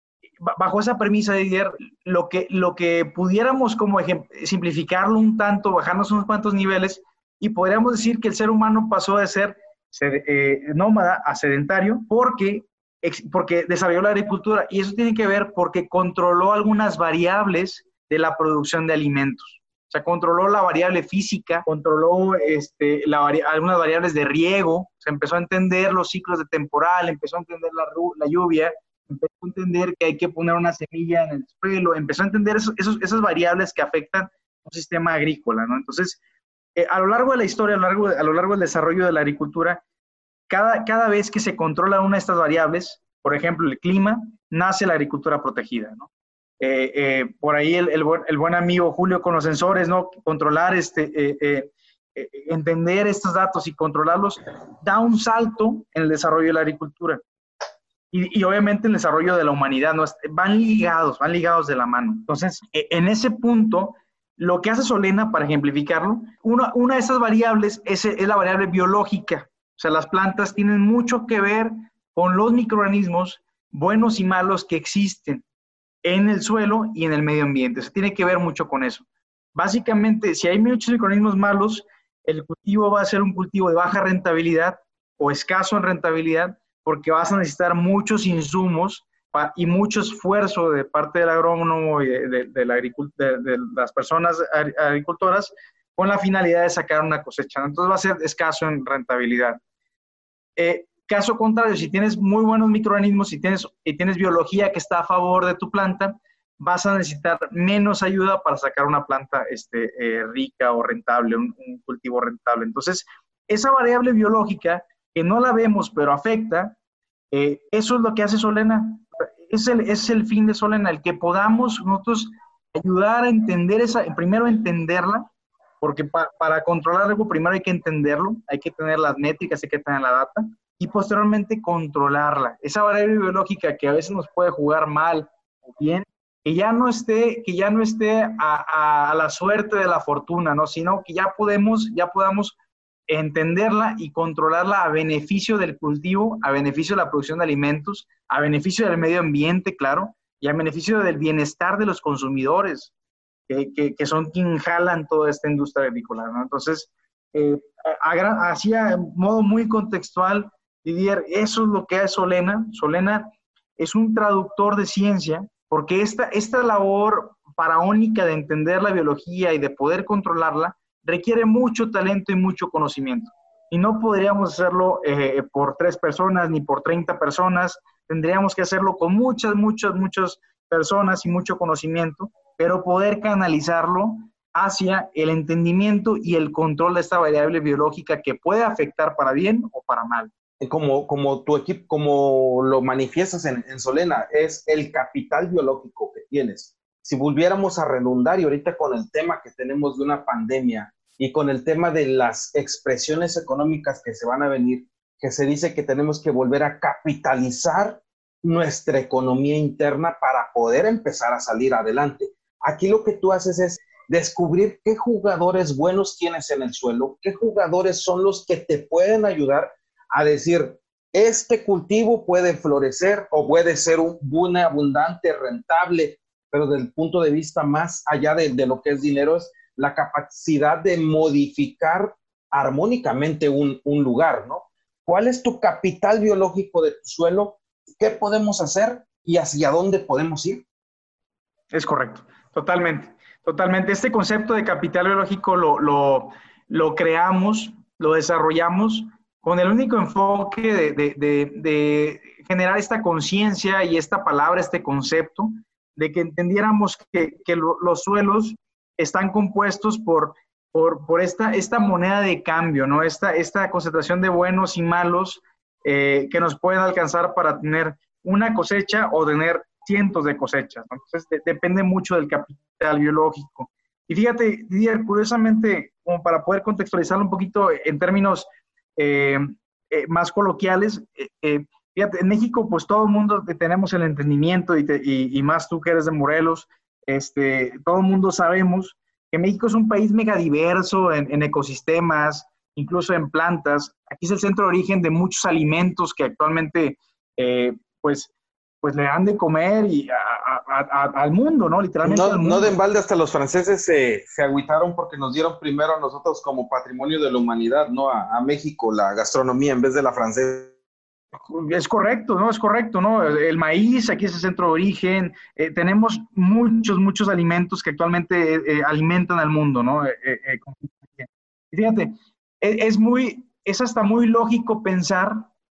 bajo esa premisa, Didier, lo que, lo que pudiéramos como simplificarlo un tanto, bajarnos unos cuantos niveles, y podríamos decir que el ser humano pasó de ser eh, nómada a sedentario porque, porque desarrolló la agricultura, y eso tiene que ver porque controló algunas variables de la producción de alimentos. O sea, controló la variable física, controló este, la vari algunas variables de riego, se empezó a entender los ciclos de temporal, empezó a entender la, la lluvia, empezó a entender que hay que poner una semilla en el suelo, empezó a entender esos, esos, esas variables que afectan un sistema agrícola, ¿no? Entonces, eh, a lo largo de la historia, a lo largo, de, a lo largo del desarrollo de la agricultura, cada, cada vez que se controla una de estas variables, por ejemplo, el clima, nace la agricultura protegida, ¿no? Eh, eh, por ahí el, el, buen, el buen amigo Julio con los sensores, ¿no? Controlar, este, eh, eh, eh, entender estos datos y controlarlos, da un salto en el desarrollo de la agricultura. Y, y obviamente el desarrollo de la humanidad, ¿no? Van ligados, van ligados de la mano. Entonces, en ese punto, lo que hace Solena, para ejemplificarlo, una, una de esas variables es, es la variable biológica. O sea, las plantas tienen mucho que ver con los microorganismos buenos y malos que existen en el suelo y en el medio ambiente. O sea, tiene que ver mucho con eso. Básicamente, si hay muchos microorganismos malos, el cultivo va a ser un cultivo de baja rentabilidad o escaso en rentabilidad, porque vas a necesitar muchos insumos pa, y mucho esfuerzo de parte del agrónomo y de, de, de, la de, de las personas agricultoras con la finalidad de sacar una cosecha. Entonces va a ser escaso en rentabilidad. Eh, caso contrario, si tienes muy buenos microorganismos, si tienes, y tienes biología que está a favor de tu planta, vas a necesitar menos ayuda para sacar una planta este, eh, rica o rentable, un, un cultivo rentable. Entonces, esa variable biológica que no la vemos, pero afecta, eh, eso es lo que hace Solena. Es el, es el fin de Solena, el que podamos nosotros ayudar a entender esa, primero entenderla, porque pa, para controlar algo primero hay que entenderlo, hay que tener las métricas, hay que tener la data, y posteriormente controlarla. Esa variable biológica que a veces nos puede jugar mal o bien, que ya no esté, que ya no esté a, a, a la suerte de la fortuna, ¿no? Sino que ya podemos, ya podamos entenderla y controlarla a beneficio del cultivo, a beneficio de la producción de alimentos, a beneficio del medio ambiente, claro, y a beneficio del bienestar de los consumidores, que, que, que son quien jalan toda esta industria agrícola, ¿no? Entonces, eh, a, así a modo muy contextual, Didier, eso es lo que es Solena. Solena es un traductor de ciencia, porque esta, esta labor faraónica de entender la biología y de poder controlarla requiere mucho talento y mucho conocimiento. Y no podríamos hacerlo eh, por tres personas ni por treinta personas. Tendríamos que hacerlo con muchas, muchas, muchas personas y mucho conocimiento, pero poder canalizarlo hacia el entendimiento y el control de esta variable biológica que puede afectar para bien o para mal. Como, como tu equipo, como lo manifiestas en, en Solena, es el capital biológico que tienes. Si volviéramos a redundar, y ahorita con el tema que tenemos de una pandemia y con el tema de las expresiones económicas que se van a venir, que se dice que tenemos que volver a capitalizar nuestra economía interna para poder empezar a salir adelante. Aquí lo que tú haces es descubrir qué jugadores buenos tienes en el suelo, qué jugadores son los que te pueden ayudar a decir, este cultivo puede florecer o puede ser un, un abundante, rentable, pero desde el punto de vista más allá de, de lo que es dinero, es la capacidad de modificar armónicamente un, un lugar, ¿no? ¿Cuál es tu capital biológico de tu suelo? ¿Qué podemos hacer y hacia dónde podemos ir? Es correcto, totalmente, totalmente. Este concepto de capital biológico lo, lo, lo creamos, lo desarrollamos con el único enfoque de, de, de, de generar esta conciencia y esta palabra, este concepto, de que entendiéramos que, que lo, los suelos están compuestos por, por, por esta, esta moneda de cambio, ¿no? Esta, esta concentración de buenos y malos eh, que nos pueden alcanzar para tener una cosecha o tener cientos de cosechas, ¿no? Entonces, de, depende mucho del capital biológico. Y fíjate, Didier, curiosamente, como para poder contextualizarlo un poquito en términos eh, eh, más coloquiales, eh, eh, fíjate, en México, pues todo el mundo tenemos el entendimiento y, te, y, y más tú que eres de Morelos, este, todo el mundo sabemos que México es un país megadiverso en, en ecosistemas, incluso en plantas. Aquí es el centro de origen de muchos alimentos que actualmente, eh, pues, pues le dan de comer y a, a, a, al mundo, ¿no? Literalmente No, al no de mundo. embalde hasta los franceses se, se agüitaron porque nos dieron primero a nosotros como patrimonio de la humanidad, ¿no? A, a México, la gastronomía en vez de la francesa. Es correcto, ¿no? Es correcto, ¿no? El maíz, aquí es el centro de origen. Eh, tenemos muchos, muchos alimentos que actualmente eh, alimentan al mundo, ¿no? Eh, eh, fíjate, es, es muy, es hasta muy lógico pensar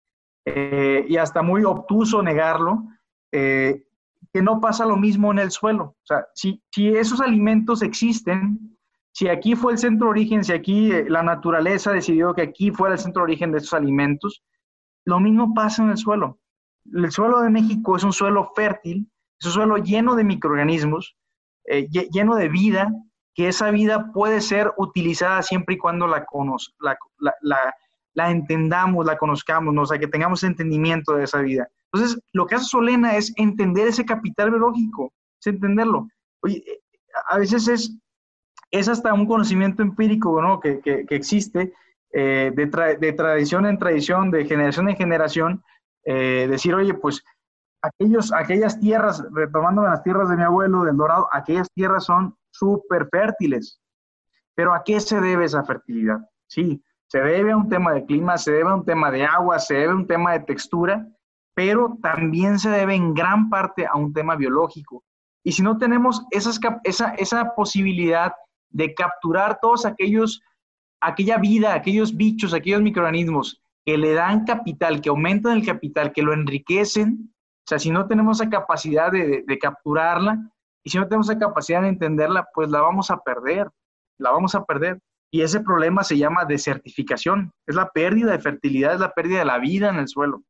eh, y hasta muy obtuso negarlo, eh, que no pasa lo mismo en el suelo. O sea, si, si esos alimentos existen, si aquí fue el centro de origen, si aquí eh, la naturaleza decidió que aquí fuera el centro de origen de esos alimentos, lo mismo pasa en el suelo. El suelo de México es un suelo fértil, es un suelo lleno de microorganismos, eh, lleno de vida, que esa vida puede ser utilizada siempre y cuando la, la, la, la, la entendamos, la conozcamos, ¿no? O sea, que tengamos entendimiento de esa vida. Entonces, lo que hace Solena es entender ese capital biológico, es entenderlo. Oye, a veces es, es hasta un conocimiento empírico, ¿no? que, que, que existe, eh, de, tra de tradición en tradición, de generación en generación, eh, decir, oye, pues aquellos, aquellas tierras, retomando las tierras de mi abuelo, del Dorado, aquellas tierras son súper fértiles. Pero ¿a qué se debe esa fertilidad? Sí, se debe a un tema de clima, se debe a un tema de agua, se debe a un tema de textura, pero también se debe en gran parte a un tema biológico. Y si no tenemos esas, esa, esa posibilidad de capturar todos aquellos, aquella vida, aquellos bichos, aquellos microorganismos que le dan capital, que aumentan el capital, que lo enriquecen, o sea, si no tenemos esa capacidad de, de, de capturarla y si no tenemos esa capacidad de entenderla, pues la vamos a perder, la vamos a perder. Y ese problema se llama desertificación, es la pérdida de fertilidad, es la pérdida de la vida en el suelo.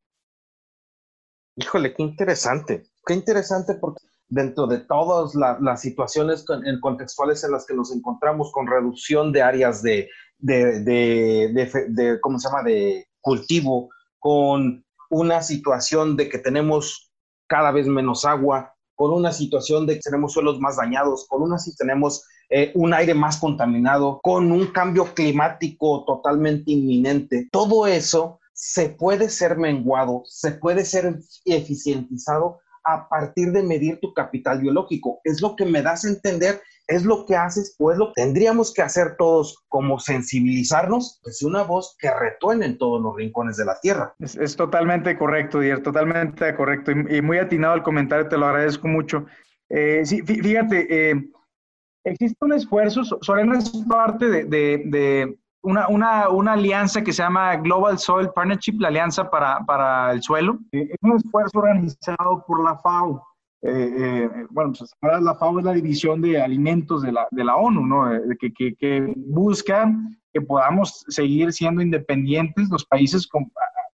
Híjole, qué interesante, qué interesante porque dentro de todas la, las situaciones con, en contextuales en las que nos encontramos con reducción de áreas de, de, de, de, de, ¿cómo se llama?, de cultivo, con una situación de que tenemos cada vez menos agua, con una situación de que tenemos suelos más dañados, con una si tenemos eh, un aire más contaminado, con un cambio climático totalmente inminente. Todo eso se puede ser menguado, se puede ser eficientizado a partir de medir tu capital biológico. Es lo que me das a entender, es lo que haces, o es lo que tendríamos que hacer todos, como sensibilizarnos, pues una voz que retuene en todos los rincones de la tierra. Es, es totalmente correcto, Dier, totalmente correcto, y, y muy atinado el comentario, te lo agradezco mucho. Eh, sí, fíjate, eh, existe un esfuerzo, Solena es parte de, de, de una, una, una alianza que se llama Global Soil Partnership, la alianza para, para el suelo. Es un esfuerzo organizado por la FAO. Eh, eh, bueno, pues la FAO es la división de alimentos de la, de la ONU, ¿no? Eh, que, que, que busca que podamos seguir siendo independientes los países con,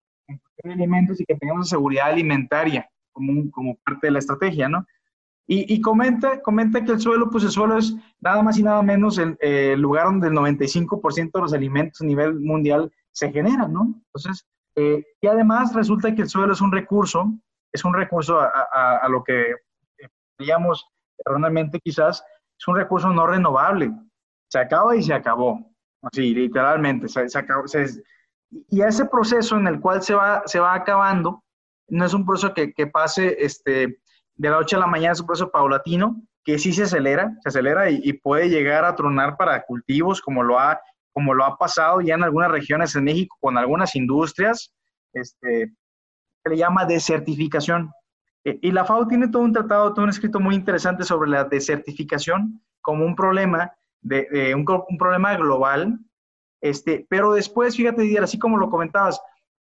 con alimentos y que tengamos seguridad alimentaria como, un, como parte de la estrategia, ¿no? Y, y comenta, comenta que el suelo, pues el suelo es nada más y nada menos el, eh, el lugar donde el noventa y cinco por ciento de los alimentos a nivel mundial se generan, ¿no? Entonces, eh, y además resulta que el suelo es un recurso, es un recurso a, a, a lo que digamos erróneamente quizás, es un recurso no renovable. Se acaba y se acabó. Así, literalmente. Se, se acabó, se, y ese proceso en el cual se va, se va acabando, no es un proceso que, que pase este, de la noche a la mañana, es un proceso paulatino, que sí se acelera, se acelera y, y puede llegar a tronar para cultivos, como lo, ha, como lo ha pasado ya en algunas regiones en México, con algunas industrias, este, se le llama desertificación. Y la FAO tiene todo un tratado, todo un escrito muy interesante sobre la desertificación como un problema, de, de un, un problema global, este, pero después, fíjate, Didier, así como lo comentabas,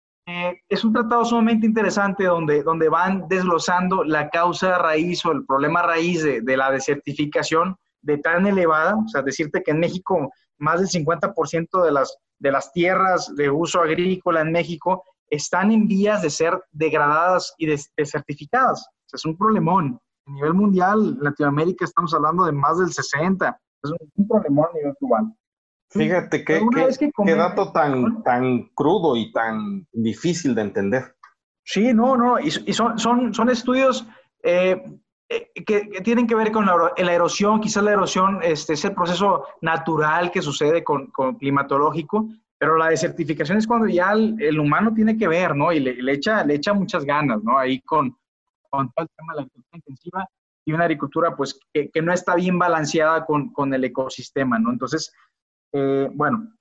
eh, es un tratado sumamente interesante donde, donde van desglosando la causa raíz o el problema raíz de, de la desertificación de tan elevada, o sea, decirte que en México más del cincuenta por ciento de las, de las tierras de uso agrícola en México están en vías de ser degradadas y desertificadas. O sea, es un problemón. A nivel mundial, en Latinoamérica estamos hablando de más del sesenta. Es un, un problemón a nivel global. Sí, Fíjate pero qué, una qué, vez que qué come, dato tan, tan crudo y tan difícil de entender. sí, no, no, y, y son, son, son estudios eh, eh, que, que, tienen que ver con la, la erosión, quizás la erosión este, es el proceso natural que sucede con, con climatológico, pero la desertificación es cuando ya el, el humano tiene que ver, ¿no? Y le, le, echa, le echa muchas ganas, ¿no? Ahí con, con todo el tema de la agricultura intensiva y una agricultura, pues, que, que no está bien balanceada con, con el ecosistema, ¿no? Entonces, eh, bueno,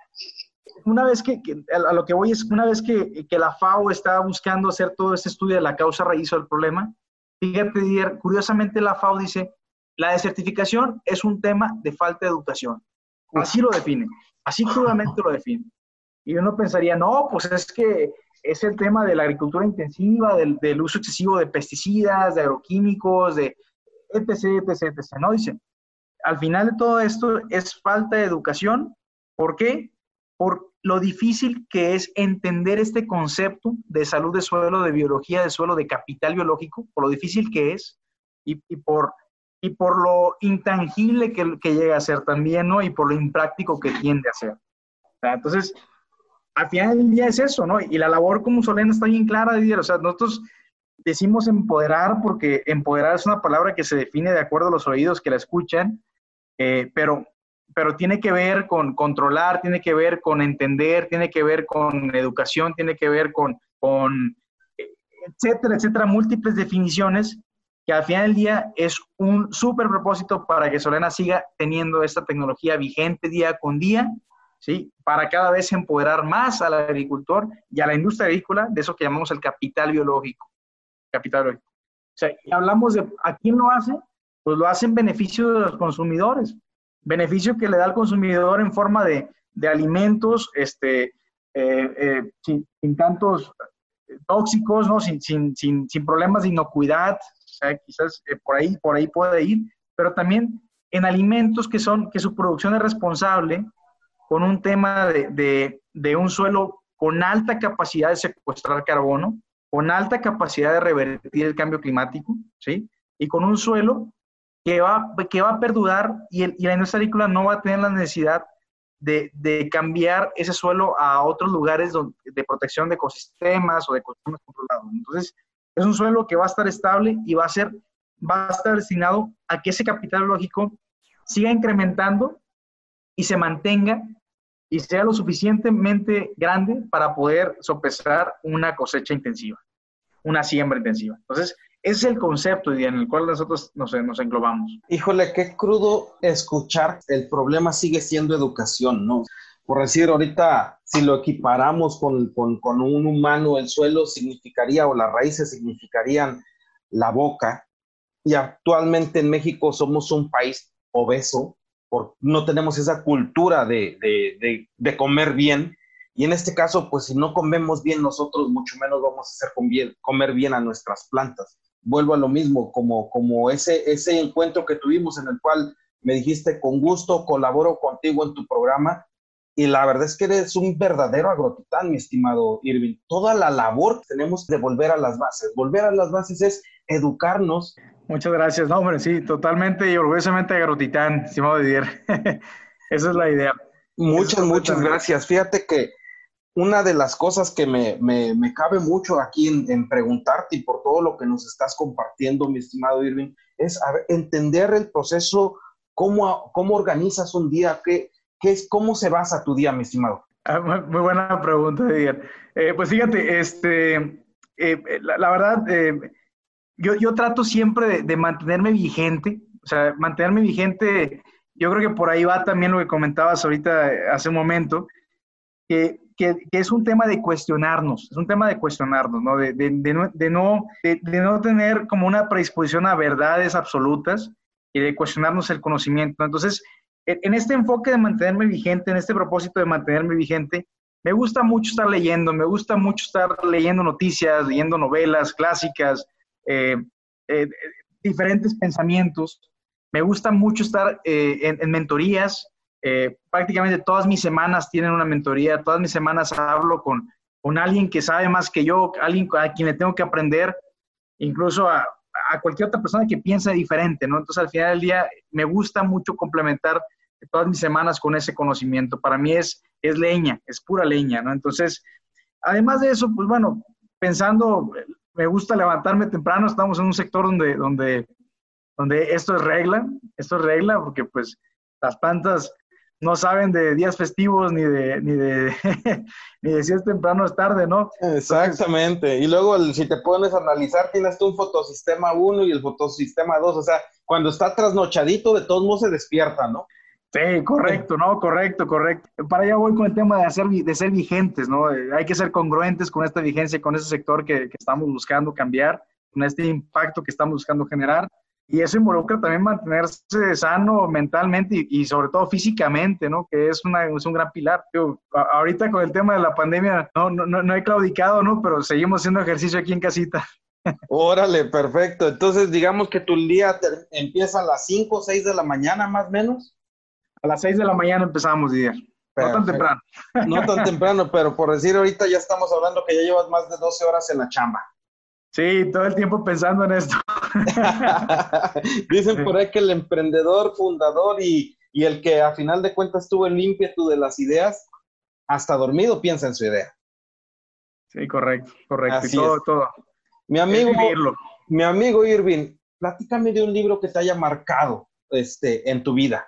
una vez que, que, a lo que voy es, una vez que, que la FAO está buscando hacer todo este estudio de la causa raíz del problema, fíjate, Didier, curiosamente la FAO dice, la desertificación es un tema de falta de educación. Así Uf. lo define, así crudamente lo define. Y uno pensaría, no, pues es que es el tema de la agricultura intensiva, del, del uso excesivo de pesticidas, de agroquímicos, de etc, etc, etc. No, dice, al final de todo esto es falta de educación. ¿Por qué? Por lo difícil que es entender este concepto de salud de suelo, de biología de suelo, de capital biológico, por lo difícil que es y, y, por, y por lo intangible que, que llega a ser también, ¿no? Y por lo impráctico que tiende a ser. O sea, entonces, al final del día es eso, ¿no? Y la labor como Solena está bien clara, Didier. O sea, nosotros decimos empoderar porque empoderar es una palabra que se define de acuerdo a los oídos que la escuchan, eh, pero, pero tiene que ver con controlar, tiene que ver con entender, tiene que ver con educación, tiene que ver con, con etcétera, etcétera, múltiples definiciones que al final del día es un súper propósito para que Solena siga teniendo esta tecnología vigente día con día, ¿sí? Para cada vez empoderar más al agricultor y a la industria agrícola de eso que llamamos el capital biológico. Capital biológico. O sea, y hablamos de ¿a quién lo hace? Pues lo hace en beneficio de los consumidores. Beneficio que le da al consumidor en forma de, de alimentos este, eh, eh, sin, sin tantos tóxicos, ¿no? sin, sin, sin, sin problemas de inocuidad. O sea, quizás eh, por, ahí, por ahí puede ir, pero también en alimentos que, son, que su producción es responsable con un tema de, de, de un suelo con alta capacidad de secuestrar carbono, con alta capacidad de revertir el cambio climático, ¿sí? Y con un suelo que va, que va a perdurar y, el, y la industria agrícola no va a tener la necesidad de, de cambiar ese suelo a otros lugares donde, de protección de ecosistemas o de ecosistemas controlados. Entonces, es un suelo que va a estar estable y va a, ser, va a estar destinado a que ese capital biológico siga incrementando y se mantenga y sea lo suficientemente grande para poder sopesar una cosecha intensiva, una siembra intensiva. Entonces, ese es el concepto en el cual nosotros nos, nos englobamos. Híjole, qué crudo escuchar. El problema sigue siendo educación, ¿no? Por decir, ahorita, si lo equiparamos con, con, con un humano, el suelo significaría, o las raíces significarían la boca, y actualmente en México somos un país obeso, por, no tenemos esa cultura de, de, de, de comer bien, y en este caso, pues si no comemos bien nosotros, mucho menos vamos a hacer con bien, comer bien a nuestras plantas. Vuelvo a lo mismo, como, como ese, ese encuentro que tuvimos en el cual me dijiste, con gusto colaboro contigo en tu programa, y la verdad es que eres un verdadero agrotitán, mi estimado Irving. Toda la labor que tenemos de volver a las bases. Volver a las bases es educarnos. Muchas gracias. No, hombre, sí, totalmente y orgullosamente agrotitán, estimado Didier. Esa es la idea. Muchas, muchas gracias. Fíjate que una de las cosas que me, me, me cabe mucho aquí en, en preguntarte y por todo lo que nos estás compartiendo, mi estimado Irving, es a ver, entender el proceso, cómo, cómo organizas un día, qué, qué es, cómo se basa tu día, mi estimado. Ah, muy buena pregunta, Didier. Eh, pues fíjate, este, eh, la, la, verdad, eh, yo, yo trato siempre de, de mantenerme vigente, o sea, mantenerme vigente, yo creo que por ahí va también lo que comentabas ahorita hace un momento, que, que, que es un tema de cuestionarnos, es un tema de cuestionarnos, ¿no? De, de, de no, de, no, de, de no tener como una predisposición a verdades absolutas y de cuestionarnos el conocimiento, ¿no? Entonces, en este enfoque de mantenerme vigente, en este propósito de mantenerme vigente, me gusta mucho estar leyendo, me gusta mucho estar leyendo noticias, leyendo novelas clásicas, eh, eh, diferentes pensamientos. Me gusta mucho estar eh, en, en mentorías. Eh, prácticamente todas mis semanas tienen una mentoría, todas mis semanas hablo con, con alguien que sabe más que yo, alguien a quien le tengo que aprender, incluso a, a cualquier otra persona que piense diferente, ¿no? Entonces, al final del día, me gusta mucho complementar todas mis semanas con ese conocimiento. Para mí es, es leña, es pura leña, ¿no? Entonces, además de eso, pues bueno, pensando, me gusta levantarme temprano, estamos en un sector donde, donde, donde esto es regla, esto es regla, porque pues las plantas no saben de días festivos ni de, ni de, ni de si es temprano o es tarde, ¿no? Exactamente. Entonces, y luego, el, si te pones a analizar, tienes tú un fotosistema uno y el fotosistema dos. O sea, cuando está trasnochadito, de todos modos se despierta, ¿no? Sí, correcto, ¿no? Correcto, correcto. Para allá voy con el tema de, hacer, de ser vigentes, ¿no? Hay que ser congruentes con esta vigencia, con ese sector que, que estamos buscando cambiar, con este impacto que estamos buscando generar. Y eso involucra también mantenerse sano mentalmente y, y sobre todo físicamente, ¿no? Que es, una, es un gran pilar. Yo, a, ahorita con el tema de la pandemia no, no, no he claudicado, ¿no? Pero seguimos haciendo ejercicio aquí en casita. Órale, perfecto. Entonces, digamos que tu día te, empieza a las cinco o seis de la mañana, más o menos. A las seis de la mañana empezamos, Didier. No tan temprano. No tan temprano, pero por decir ahorita ya estamos hablando que ya llevas más de doce horas en la chamba. Sí, todo el tiempo pensando en esto. Dicen por ahí que el emprendedor, fundador y, y el que a final de cuentas tuvo el ímpetu de las ideas, hasta dormido piensa en su idea. Sí, correcto, correcto. Así y todo, es. todo. Mi amigo, mi amigo Irving, platícame de un libro que te haya marcado este, en tu vida.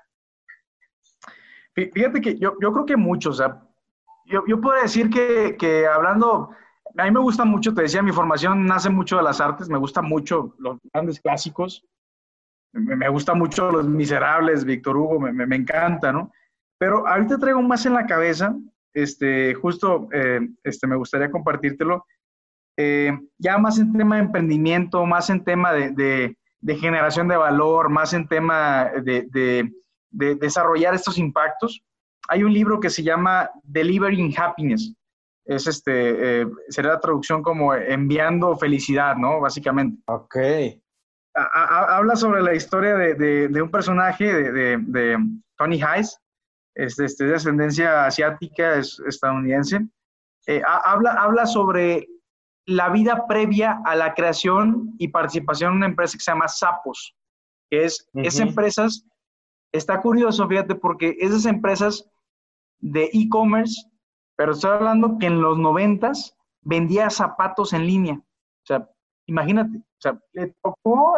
Fíjate que yo, yo creo que mucho, o sea, yo, yo puedo decir que, que hablando, a mí me gusta mucho, te decía, mi formación nace mucho de las artes, me gusta mucho los grandes clásicos, me, me gusta mucho Los Miserables, Víctor Hugo, me, me, me encanta, ¿no? Pero ahorita traigo más en la cabeza, este, justo eh, este, me gustaría compartírtelo, eh, ya más en tema de emprendimiento, más en tema de, de, de generación de valor, más en tema de, de de desarrollar estos impactos. Hay un libro que se llama Delivering Happiness. Es este, eh, sería la traducción como enviando felicidad, ¿no? Básicamente. Ok. A, a, habla sobre la historia de, de, de un personaje de, de, de Tony Hayes, es de, de descendencia asiática, es estadounidense. Eh, a, habla, habla sobre la vida previa a la creación y participación en una empresa que se llama Zappos, que es, uh-huh. es empresas. Está curioso, fíjate, porque esas empresas de e-commerce, pero estoy hablando que en los noventas vendía zapatos en línea. O sea, imagínate, o sea, le tocó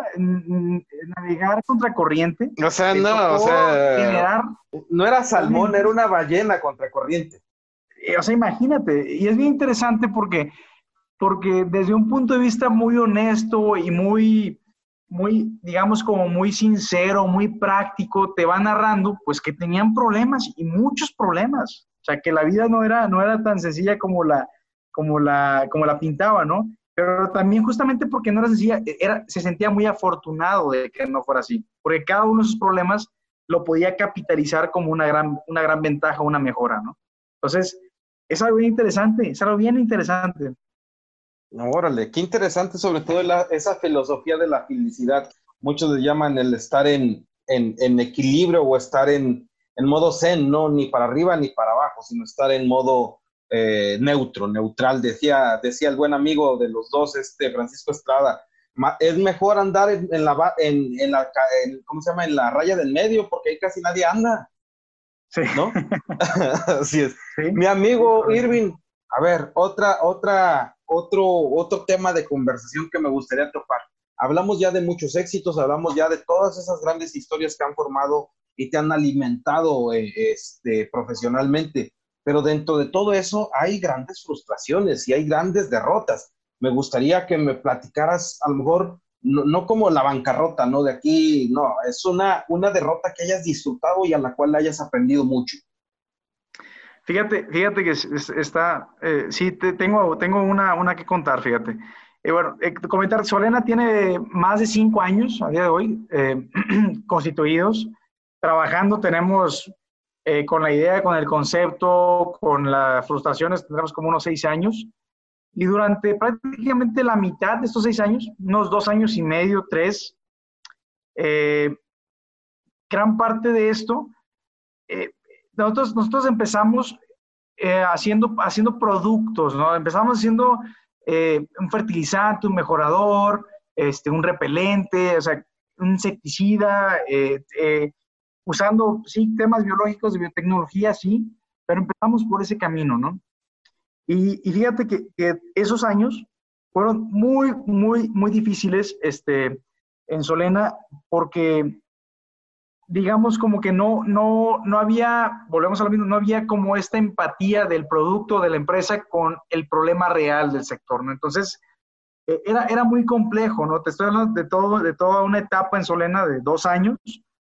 navegar contra corriente. O sea, no, o sea, generar, no era salmón, era una ballena contra corriente. O sea, imagínate, y es bien interesante porque, porque desde un punto de vista muy honesto y muy... muy, digamos, como muy sincero, muy práctico, te va narrando, pues, que tenían problemas y muchos problemas. O sea, que la vida no era, no era tan sencilla como la, como la, como la pintaba, ¿no? Pero también justamente porque no era sencilla, era, se sentía muy afortunado de que no fuera así, porque cada uno de esos problemas lo podía capitalizar como una gran, una gran ventaja, una mejora, ¿no? Entonces, es algo bien interesante, es algo bien interesante. Órale, qué interesante, sobre todo la, esa filosofía de la felicidad. Muchos le llaman el estar en, en, en equilibrio o estar en, en modo zen, no ni para arriba ni para abajo, sino estar en modo eh, neutro, neutral. Decía, decía el buen amigo de los dos, este Francisco Estrada, es mejor andar en, en, la, en, en, la, en, ¿cómo se llama? En la raya del medio, porque ahí casi nadie anda. Sí. ¿No? Así es. ¿Sí? Mi amigo Irving, a ver, otra, otra, otro, otro tema de conversación que me gustaría topar. Hablamos ya de muchos éxitos, hablamos ya de todas esas grandes historias que han formado y te han alimentado eh, este, profesionalmente, pero dentro de todo eso hay grandes frustraciones y hay grandes derrotas. Me gustaría que me platicaras, a lo mejor, no, no como la bancarrota, ¿no? De aquí, no, es una, una derrota que hayas disfrutado y a la cual hayas aprendido mucho. Fíjate, fíjate que está, eh, sí, te, tengo, tengo una, una que contar, fíjate. Eh, bueno, eh, comentar, Solena tiene más de cinco años a día de hoy eh, constituidos, trabajando, tenemos eh, con la idea, con el concepto, con las frustraciones, tendremos como unos seis años. Y durante prácticamente la mitad de estos seis años, unos dos años y medio, tres, eh, gran parte de esto, eh, Nosotros, nosotros empezamos eh, haciendo, haciendo productos, ¿no? Empezamos haciendo eh, un fertilizante, un mejorador, este, un repelente, o sea, un insecticida, eh, eh, usando, sí, temas biológicos, de biotecnología, sí, pero empezamos por ese camino, ¿no? Y, y fíjate que, que, esos años fueron muy, muy, muy difíciles este, en Solena porque, digamos, como que no, no, no había, volvemos a lo mismo, no había como esta empatía del producto de la empresa con el problema real del sector, ¿no? Entonces, eh, era, era muy complejo, ¿no? Te estoy hablando de, todo, de toda una etapa en Solena de dos años,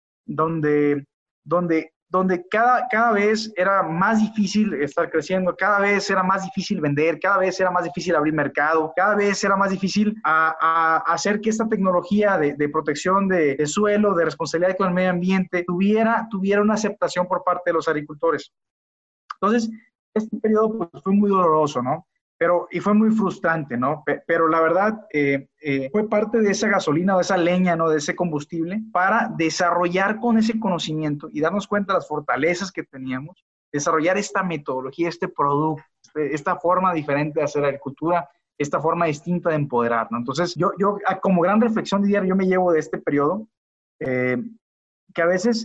donde, donde, donde cada, cada vez era más difícil estar creciendo, cada vez era más difícil vender, cada vez era más difícil abrir mercado, cada vez era más difícil a, a hacer que esta tecnología de, de protección de, de suelo, de responsabilidad con el medio ambiente, tuviera, tuviera una aceptación por parte de los agricultores. Entonces, este periodo pues, fue muy doloroso, ¿no? Pero, y fue muy frustrante, ¿no? Pero la verdad, eh, eh, fue parte de esa gasolina, de esa leña, ¿no? De ese combustible, para desarrollar con ese conocimiento y darnos cuenta de las fortalezas que teníamos, desarrollar esta metodología, este producto, esta forma diferente de hacer agricultura, esta forma distinta de empoderar, ¿no? Entonces, yo, yo como gran reflexión diaria, yo me llevo de este periodo, eh, que a veces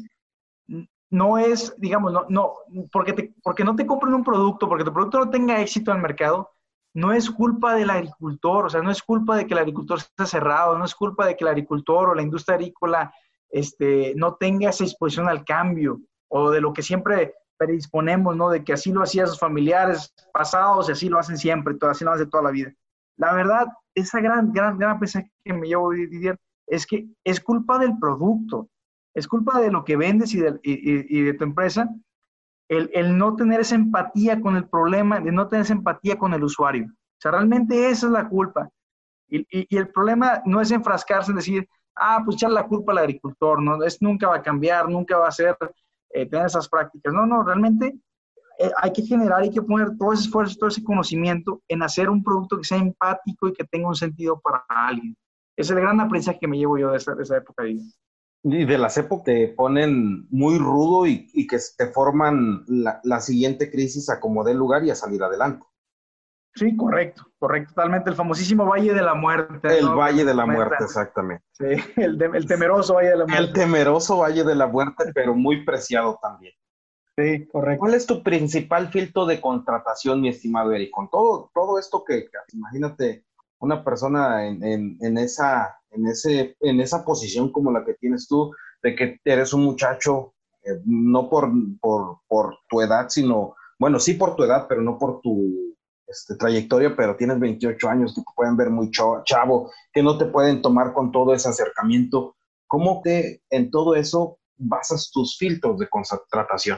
no es, digamos, no, no porque, te, porque no te compren un producto, porque tu producto no tenga éxito en el mercado, no es culpa del agricultor, o sea, no es culpa de que el agricultor esté cerrado, no es culpa de que el agricultor o la industria agrícola este, no tenga esa disposición al cambio, o de lo que siempre predisponemos, ¿no? De que así lo hacían sus familiares pasados y así lo hacen siempre, así lo hacen toda la vida. La verdad, esa gran, gran, gran mensaje que me llevo a Didier es que es culpa del producto, es culpa de lo que vendes y de, y, y de tu empresa, el, el no tener esa empatía con el problema, de no tener esa empatía con el usuario. O sea, realmente esa es la culpa. Y, y, y el problema no es enfrascarse en decir, ah, pues echar la culpa al agricultor, ¿no? Es, nunca va a cambiar, nunca va a ser, eh, tener esas prácticas. No, no, realmente eh, hay que generar, hay que poner todo ese esfuerzo, todo ese conocimiento en hacer un producto que sea empático y que tenga un sentido para alguien. Ese es el gran aprendizaje que me llevo yo de esa, de esa época. De Y de las épocas te ponen muy rudo y, y que te forman la, la siguiente crisis a como dé lugar y a salir adelante. Sí, correcto, correcto, totalmente. El famosísimo Valle de la Muerte, El ¿no? Valle de la Muerte, exactamente. Sí, el, de, el temeroso Valle de la Muerte. El temeroso Valle de la Muerte, pero muy preciado también. Sí, correcto. ¿Cuál es tu principal filtro de contratación, mi estimado Eric? Con todo, todo esto que, que imagínate una persona en, en, en, esa, en, ese, en esa posición como la que tienes tú, de que eres un muchacho, eh, no por, por, por tu edad, sino, bueno, sí por tu edad, pero no por tu este, trayectoria, pero tienes veintiocho años, que te pueden ver muy chavo, que no te pueden tomar con todo ese acercamiento. ¿Cómo te, en todo eso, basas tus filtros de contratación?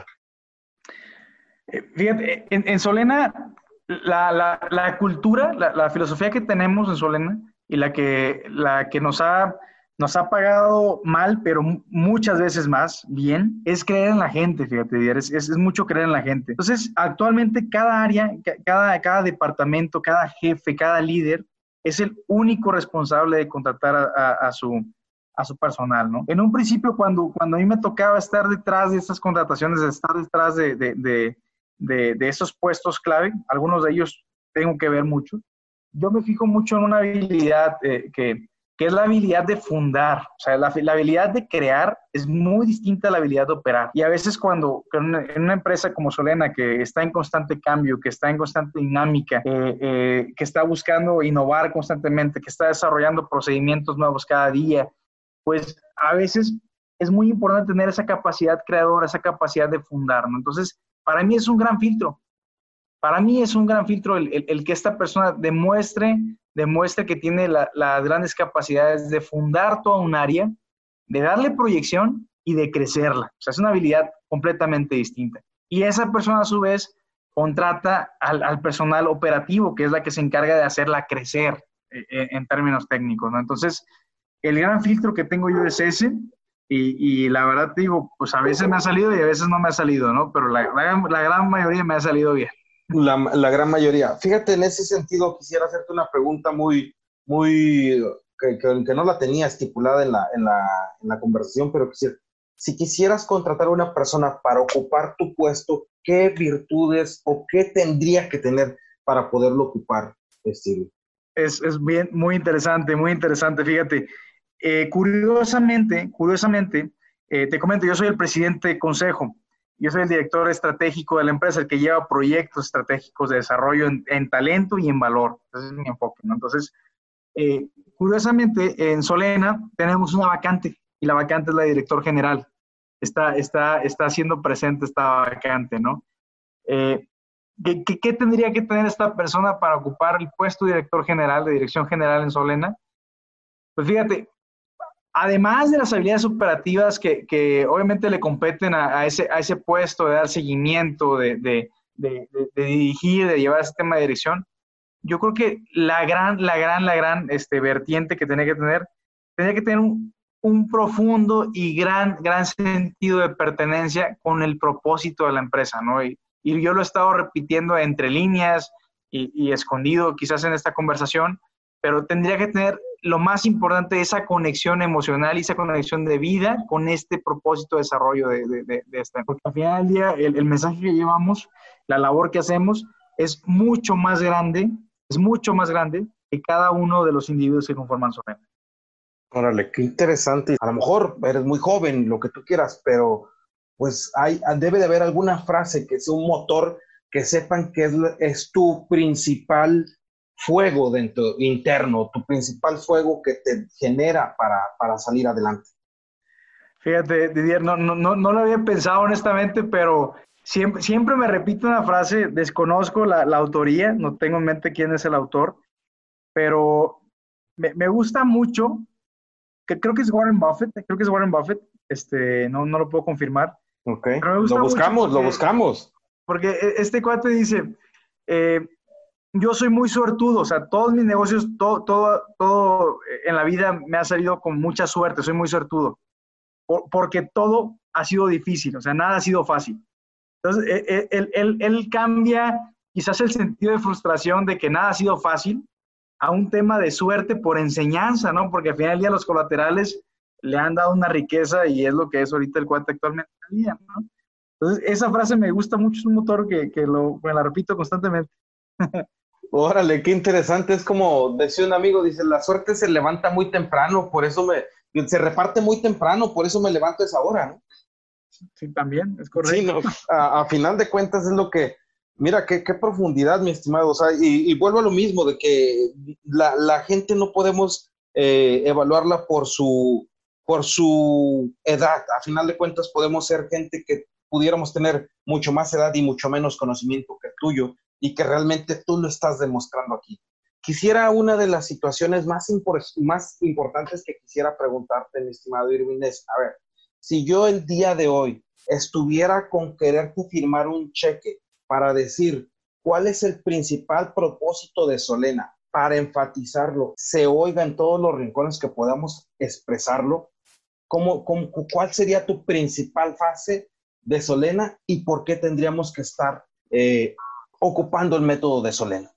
Fíjate, en, en Solena, la, la, la cultura, la, la, filosofía que tenemos en Solena y la que, la que nos, ha, nos ha pagado mal, pero muchas veces más bien, es creer en la gente, fíjate, es, es, es mucho creer en la gente. Entonces, actualmente cada área, cada, cada departamento, cada jefe, cada líder es el único responsable de contratar a, a, a su... a su personal, ¿no? En un principio, cuando, cuando a mí me tocaba estar detrás de estas contrataciones, de estar detrás de, de, de, de, de esos puestos clave, algunos de ellos tengo que ver mucho, yo me fijo mucho en una habilidad eh, que, que es la habilidad de fundar, o sea, la, la habilidad de crear es muy distinta a la habilidad de operar. Y a veces cuando en una empresa como Solena, que está en constante cambio, que está en constante dinámica, eh, eh, que está buscando innovar constantemente, que está desarrollando procedimientos nuevos cada día, pues a veces es muy importante tener esa capacidad creadora, esa capacidad de fundar, ¿no? Entonces, para mí es un gran filtro. Para mí es un gran filtro el, el, el que esta persona demuestre, demuestre que tiene la, las grandes capacidades de fundar toda un área, de darle proyección y de crecerla. O sea, es una habilidad completamente distinta. Y esa persona, a su vez, contrata al, al personal operativo, que es la que se encarga de hacerla crecer eh, en términos técnicos, ¿no? Entonces, el gran filtro que tengo yo es ese, y, y la verdad te digo, pues a veces me ha salido y a veces no me ha salido, ¿no? Pero la, la, la gran mayoría me ha salido bien. La, la gran mayoría. Fíjate, en ese sentido quisiera hacerte una pregunta muy, muy, que, que, que no la tenía estipulada en la, en la, en la conversación, pero quisiera, si quisieras contratar a una persona para ocupar tu puesto, ¿qué virtudes o qué tendría que tener para poderlo ocupar, Steve? Es, es bien, muy interesante, muy interesante, fíjate. Eh, curiosamente, curiosamente, Eh, te comento, yo soy el presidente de consejo. Yo soy el director estratégico de la empresa, el que lleva proyectos estratégicos de desarrollo en, en talento y en valor. Ese es mi enfoque, ¿no? Entonces, eh, curiosamente, en Solena tenemos una vacante y la vacante es la de director general. Está, está, está haciendo presente esta vacante, ¿no? Eh, ¿qué, qué, ¿Qué tendría que tener esta persona para ocupar el puesto de director general, de dirección general en Solena? Pues fíjate, además de las habilidades operativas que, que obviamente le competen a, a, ese, a ese puesto de dar seguimiento, de, de, de, de, de dirigir, de llevar ese tema de dirección, yo creo que la gran, la gran, la gran este, vertiente que tenía que tener, tenía que tener un, un profundo y gran, gran sentido de pertenencia con el propósito de la empresa, ¿no? Y, y yo lo he estado repitiendo entre líneas y, y escondido quizás en esta conversación, pero tendría que tener lo más importante, esa conexión emocional y esa conexión de vida con este propósito de desarrollo de, de, de, de esta. Porque al final del día, el, el mensaje que llevamos, la labor que hacemos, es mucho más grande, es mucho más grande que cada uno de los individuos que conforman Solena. Órale, qué interesante. A lo mejor eres muy joven, lo que tú quieras, pero pues hay, debe de haber alguna frase que sea un motor que sepan que es, es tu principal fuego dentro, interno, tu principal fuego que te genera para, para salir adelante. Fíjate, Didier, no, no, no, no lo había pensado honestamente, pero siempre, siempre me repito una frase, desconozco la, la autoría, no tengo en mente quién es el autor, pero me, me gusta mucho, que creo que es Warren Buffett, creo que es Warren Buffett, este, no, no lo puedo confirmar. Ok, lo buscamos, porque, lo buscamos. Porque este cuate dice, eh, yo soy muy suertudo, o sea, todos mis negocios, todo, todo, todo en la vida me ha salido con mucha suerte, soy muy suertudo, por, porque todo ha sido difícil, o sea, nada ha sido fácil. Entonces, él, él, él, él cambia quizás el sentido de frustración de que nada ha sido fácil a un tema de suerte por enseñanza, ¿no? Porque al final del día los colaterales le han dado una riqueza y es lo que es ahorita el cuate actualmente en el día, ¿no? Entonces, esa frase me gusta mucho, es un motor que, que lo, me la repito constantemente. Órale, qué interesante. Es como decía un amigo, dice, la suerte se levanta muy temprano, por eso me, se reparte muy temprano, por eso me levanto a esa hora, ¿no? Sí, también, es correcto. Sí, no, a, a final de cuentas es lo que, mira, qué, qué profundidad, mi estimado. O sea, y, y vuelvo a lo mismo, de que la, la gente no podemos eh, evaluarla por su, por su edad. A final de cuentas podemos ser gente que pudiéramos tener mucho más edad y mucho menos conocimiento que el tuyo, y que realmente tú lo estás demostrando aquí. Quisiera una de las situaciones más, impor más importantes que quisiera preguntarte, mi estimado Irving, es, a ver, si yo el día de hoy estuviera con quererte firmar un cheque para decir cuál es el principal propósito de Solena, para enfatizarlo, se oiga en todos los rincones que podamos expresarlo, ¿cómo, cómo, ¿cuál sería tu principal fase de Solena y por qué tendríamos que estar eh, ocupando el método de Solena?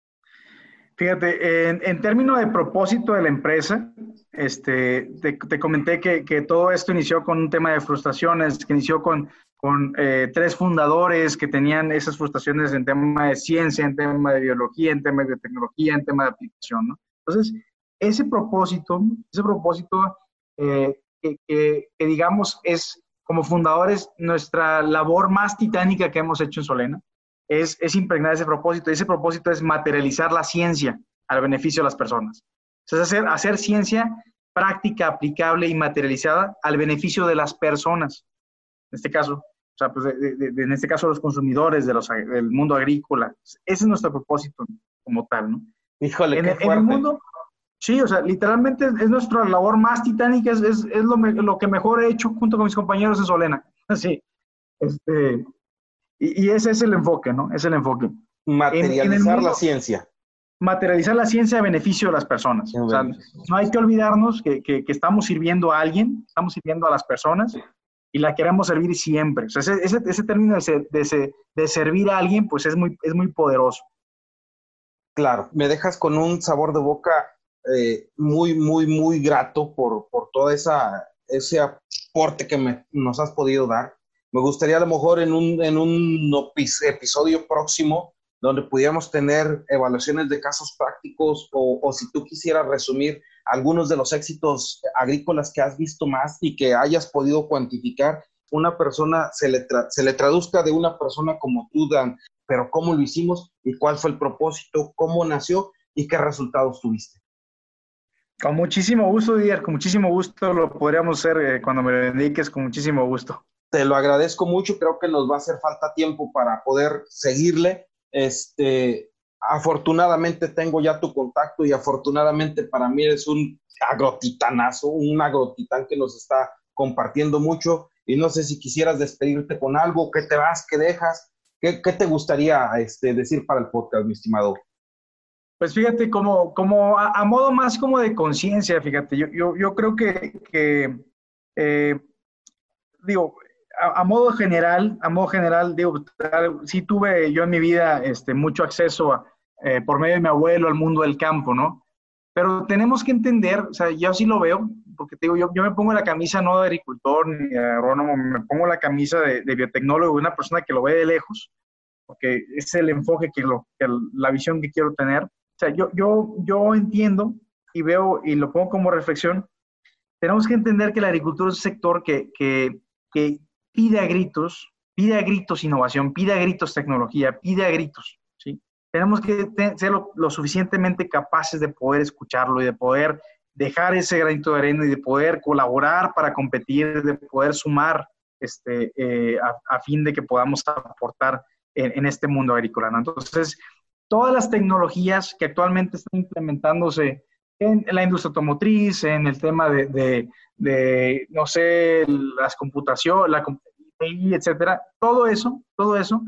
Fíjate, en, en términos de propósito de la empresa, este, te, te comenté que, que todo esto inició con un tema de frustraciones, que inició con, con eh, tres fundadores que tenían esas frustraciones en tema de ciencia, en tema de biología, en tema de biotecnología, en tema de aplicación, ¿no? Entonces, ese propósito, ese propósito eh, que, que, que digamos es como fundadores nuestra labor más titánica que hemos hecho en Solena, Es, es impregnar ese propósito. Y ese propósito es materializar la ciencia al beneficio de las personas. O sea, es hacer, hacer ciencia práctica, aplicable y materializada al beneficio de las personas. En este caso, o sea, pues de, de, de, en este caso los consumidores, de los, del mundo agrícola. Ese es nuestro propósito como tal, ¿no? Híjole, en, qué el, fuerte. En el mundo, sí, o sea, literalmente es nuestra labor más titánica, es, es, es lo, me, lo que mejor he hecho junto con mis compañeros en Solena. Sí, este... Y, y ese es el enfoque, ¿no? Es el enfoque. Materializar en, en el mundo, la ciencia. Materializar la ciencia a beneficio de las personas. O sea, no hay que olvidarnos que, que, que estamos sirviendo a alguien, estamos sirviendo a las personas y la queremos servir siempre. O sea, ese, ese, ese término de, de, de servir a alguien, pues es muy, es muy poderoso. Claro, me dejas con un sabor de boca eh, muy, muy, muy grato por, por todo esa, ese aporte que me, nos has podido dar. Me gustaría a lo mejor en un, en un episodio próximo donde pudiéramos tener evaluaciones de casos prácticos o, o si tú quisieras resumir algunos de los éxitos agrícolas que has visto más y que hayas podido cuantificar, una persona se le, tra- se le traduzca de una persona como tú, Dan, pero cómo lo hicimos y cuál fue el propósito, cómo nació y qué resultados tuviste. Con muchísimo gusto, Didier, con muchísimo gusto lo podríamos hacer eh, cuando me lo indiques, con muchísimo gusto. Te lo agradezco mucho, creo que nos va a hacer falta tiempo para poder seguirle. Este, afortunadamente tengo ya tu contacto y afortunadamente para mí eres un agrotitanazo, un agrotitán que nos está compartiendo mucho y no sé si quisieras despedirte con algo, qué te vas, qué dejas, qué, qué te gustaría este, decir para el podcast, mi estimado. Pues fíjate, como, como a, a modo más como de conciencia, fíjate, yo, yo, yo creo que, que eh, digo, a, a, modo general, a modo general, digo, sí tuve yo en mi vida este, mucho acceso a, eh, por medio de mi abuelo al mundo del campo, ¿no? Pero tenemos que entender, o sea, yo sí lo veo, porque te digo, yo, yo me pongo la camisa no de agricultor ni de agrónomo, me pongo la camisa de, de biotecnólogo, de una persona que lo ve de lejos, porque es el enfoque, que, lo, que la visión que quiero tener. O sea, yo, yo, yo entiendo y veo y lo pongo como reflexión. Tenemos que entender que la agricultura es un sector que, que, que pide a gritos, pide a gritos innovación, pide a gritos tecnología, pide a gritos, ¿sí? Tenemos que ser lo, lo suficientemente capaces de poder escucharlo y de poder dejar ese granito de arena y de poder colaborar para competir, de poder sumar este, eh, a, a fin de que podamos aportar en, en este mundo agrícola, ¿no? Entonces, todas las tecnologías que actualmente están implementándose en la industria automotriz, en el tema de, de, de no sé, las computaciones, la etcétera, todo eso, todo eso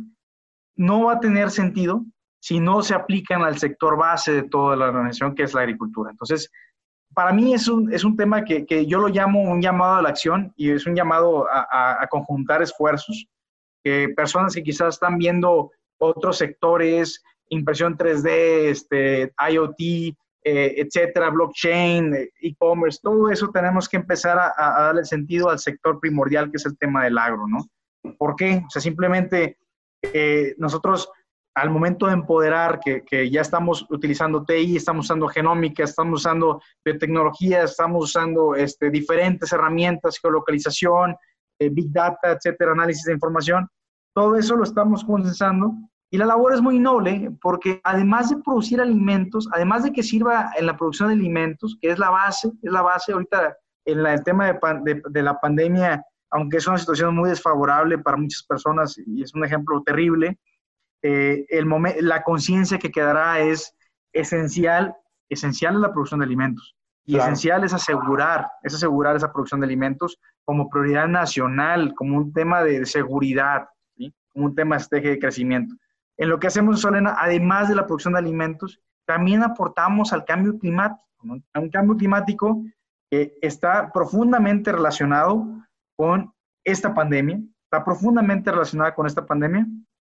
no va a tener sentido si no se aplican al sector base de toda la organización, que es la agricultura. Entonces, para mí es un, es un tema que, que yo lo llamo un llamado a la acción y es un llamado a, a, a conjuntar esfuerzos, que personas que quizás están viendo otros sectores, impresión tres D, este, IoT, eh, etcétera, blockchain, e-commerce, todo eso tenemos que empezar a, a darle sentido al sector primordial que es el tema del agro, ¿no? ¿Por qué? O sea, simplemente eh, nosotros al momento de empoderar, que, que ya estamos utilizando T I, estamos usando genómica, estamos usando biotecnología, estamos usando este, diferentes herramientas, geolocalización, eh, Big Data, etcétera, análisis de información, todo eso lo estamos condensando. Y la labor es muy noble porque además de producir alimentos, además de que sirva en la producción de alimentos, que es la base, es la base ahorita en la, el tema de, de, de la pandemia, aunque es una situación muy desfavorable para muchas personas y es un ejemplo terrible, eh, el momen, la conciencia que quedará es esencial, esencial en la producción de alimentos. Y claro, esencial es asegurar, es asegurar esa producción de alimentos como prioridad nacional, como un tema de seguridad, ¿sí? Como un tema de estrategia de crecimiento. En lo que hacemos en Solena, además de la producción de alimentos, también aportamos al cambio climático, ¿no? A un cambio climático que está profundamente relacionado con esta pandemia, está profundamente relacionada con esta pandemia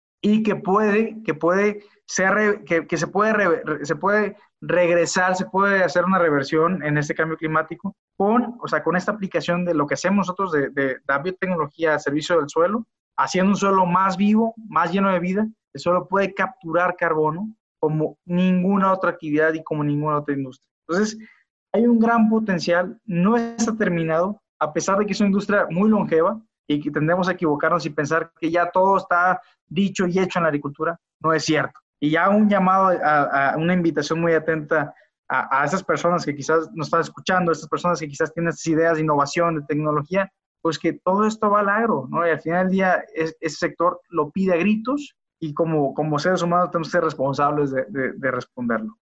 y que puede, que puede ser, que, que se, puede re, se puede regresar, se puede hacer una reversión en este cambio climático con, o sea, con esta aplicación de lo que hacemos nosotros de, de la biotecnología al servicio del suelo, haciendo un suelo más vivo, más lleno de vida. El suelo puede capturar carbono como ninguna otra actividad y como ninguna otra industria. Entonces, hay un gran potencial, no está terminado, a pesar de que es una industria muy longeva y que tendemos a equivocarnos y pensar que ya todo está dicho y hecho en la agricultura. No es cierto. Y ya un llamado, a, a una invitación muy atenta a, a esas personas que quizás nos están escuchando, a esas personas que quizás tienen estas ideas de innovación, de tecnología, pues que todo esto va al agro, ¿no? Y al final del día es, ese sector lo pide a gritos y como, como seres humanos tenemos que ser responsables de, de, de responderlo.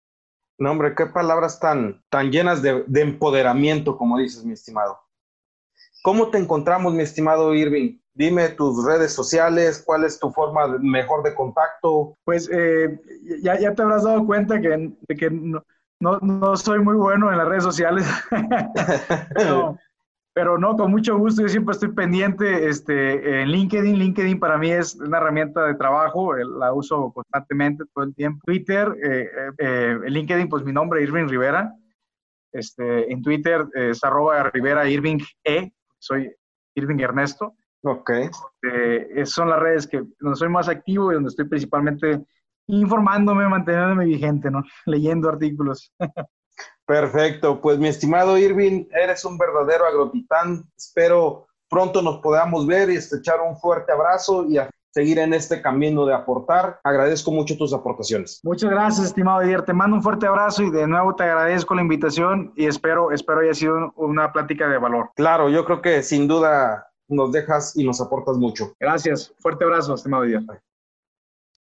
No, hombre, qué palabras tan, tan llenas de, de empoderamiento, como dices, mi estimado. ¿Cómo te encontramos, mi estimado Irving? Dime tus redes sociales, cuál es tu forma mejor de contacto. Pues eh, ya, ya te habrás dado cuenta que, de que no, no, no soy muy bueno en las redes sociales. Pero, pero no, con mucho gusto, yo siempre estoy pendiente este, en LinkedIn. LinkedIn para mí es una herramienta de trabajo, la uso constantemente todo el tiempo. Twitter, eh, eh, en LinkedIn, pues mi nombre es Irving Rivera. Este, en Twitter es arroba Rivera Irving E, soy Irving Ernesto. Ok. Este, esas son las redes que, donde soy más activo y donde estoy principalmente informándome, manteniéndome vigente, ¿no? Leyendo artículos. Perfecto, pues mi estimado Irving, eres un verdadero agrotitán. Espero pronto nos podamos ver y estrechar un fuerte abrazo y a seguir en este camino de aportar. Agradezco mucho tus aportaciones. Muchas gracias, estimado Didier. Te mando un fuerte abrazo y de nuevo te agradezco la invitación y espero, espero haya sido una plática de valor. Claro, yo creo que sin duda nos dejas y nos aportas mucho. Gracias. Fuerte abrazo, estimado Didier.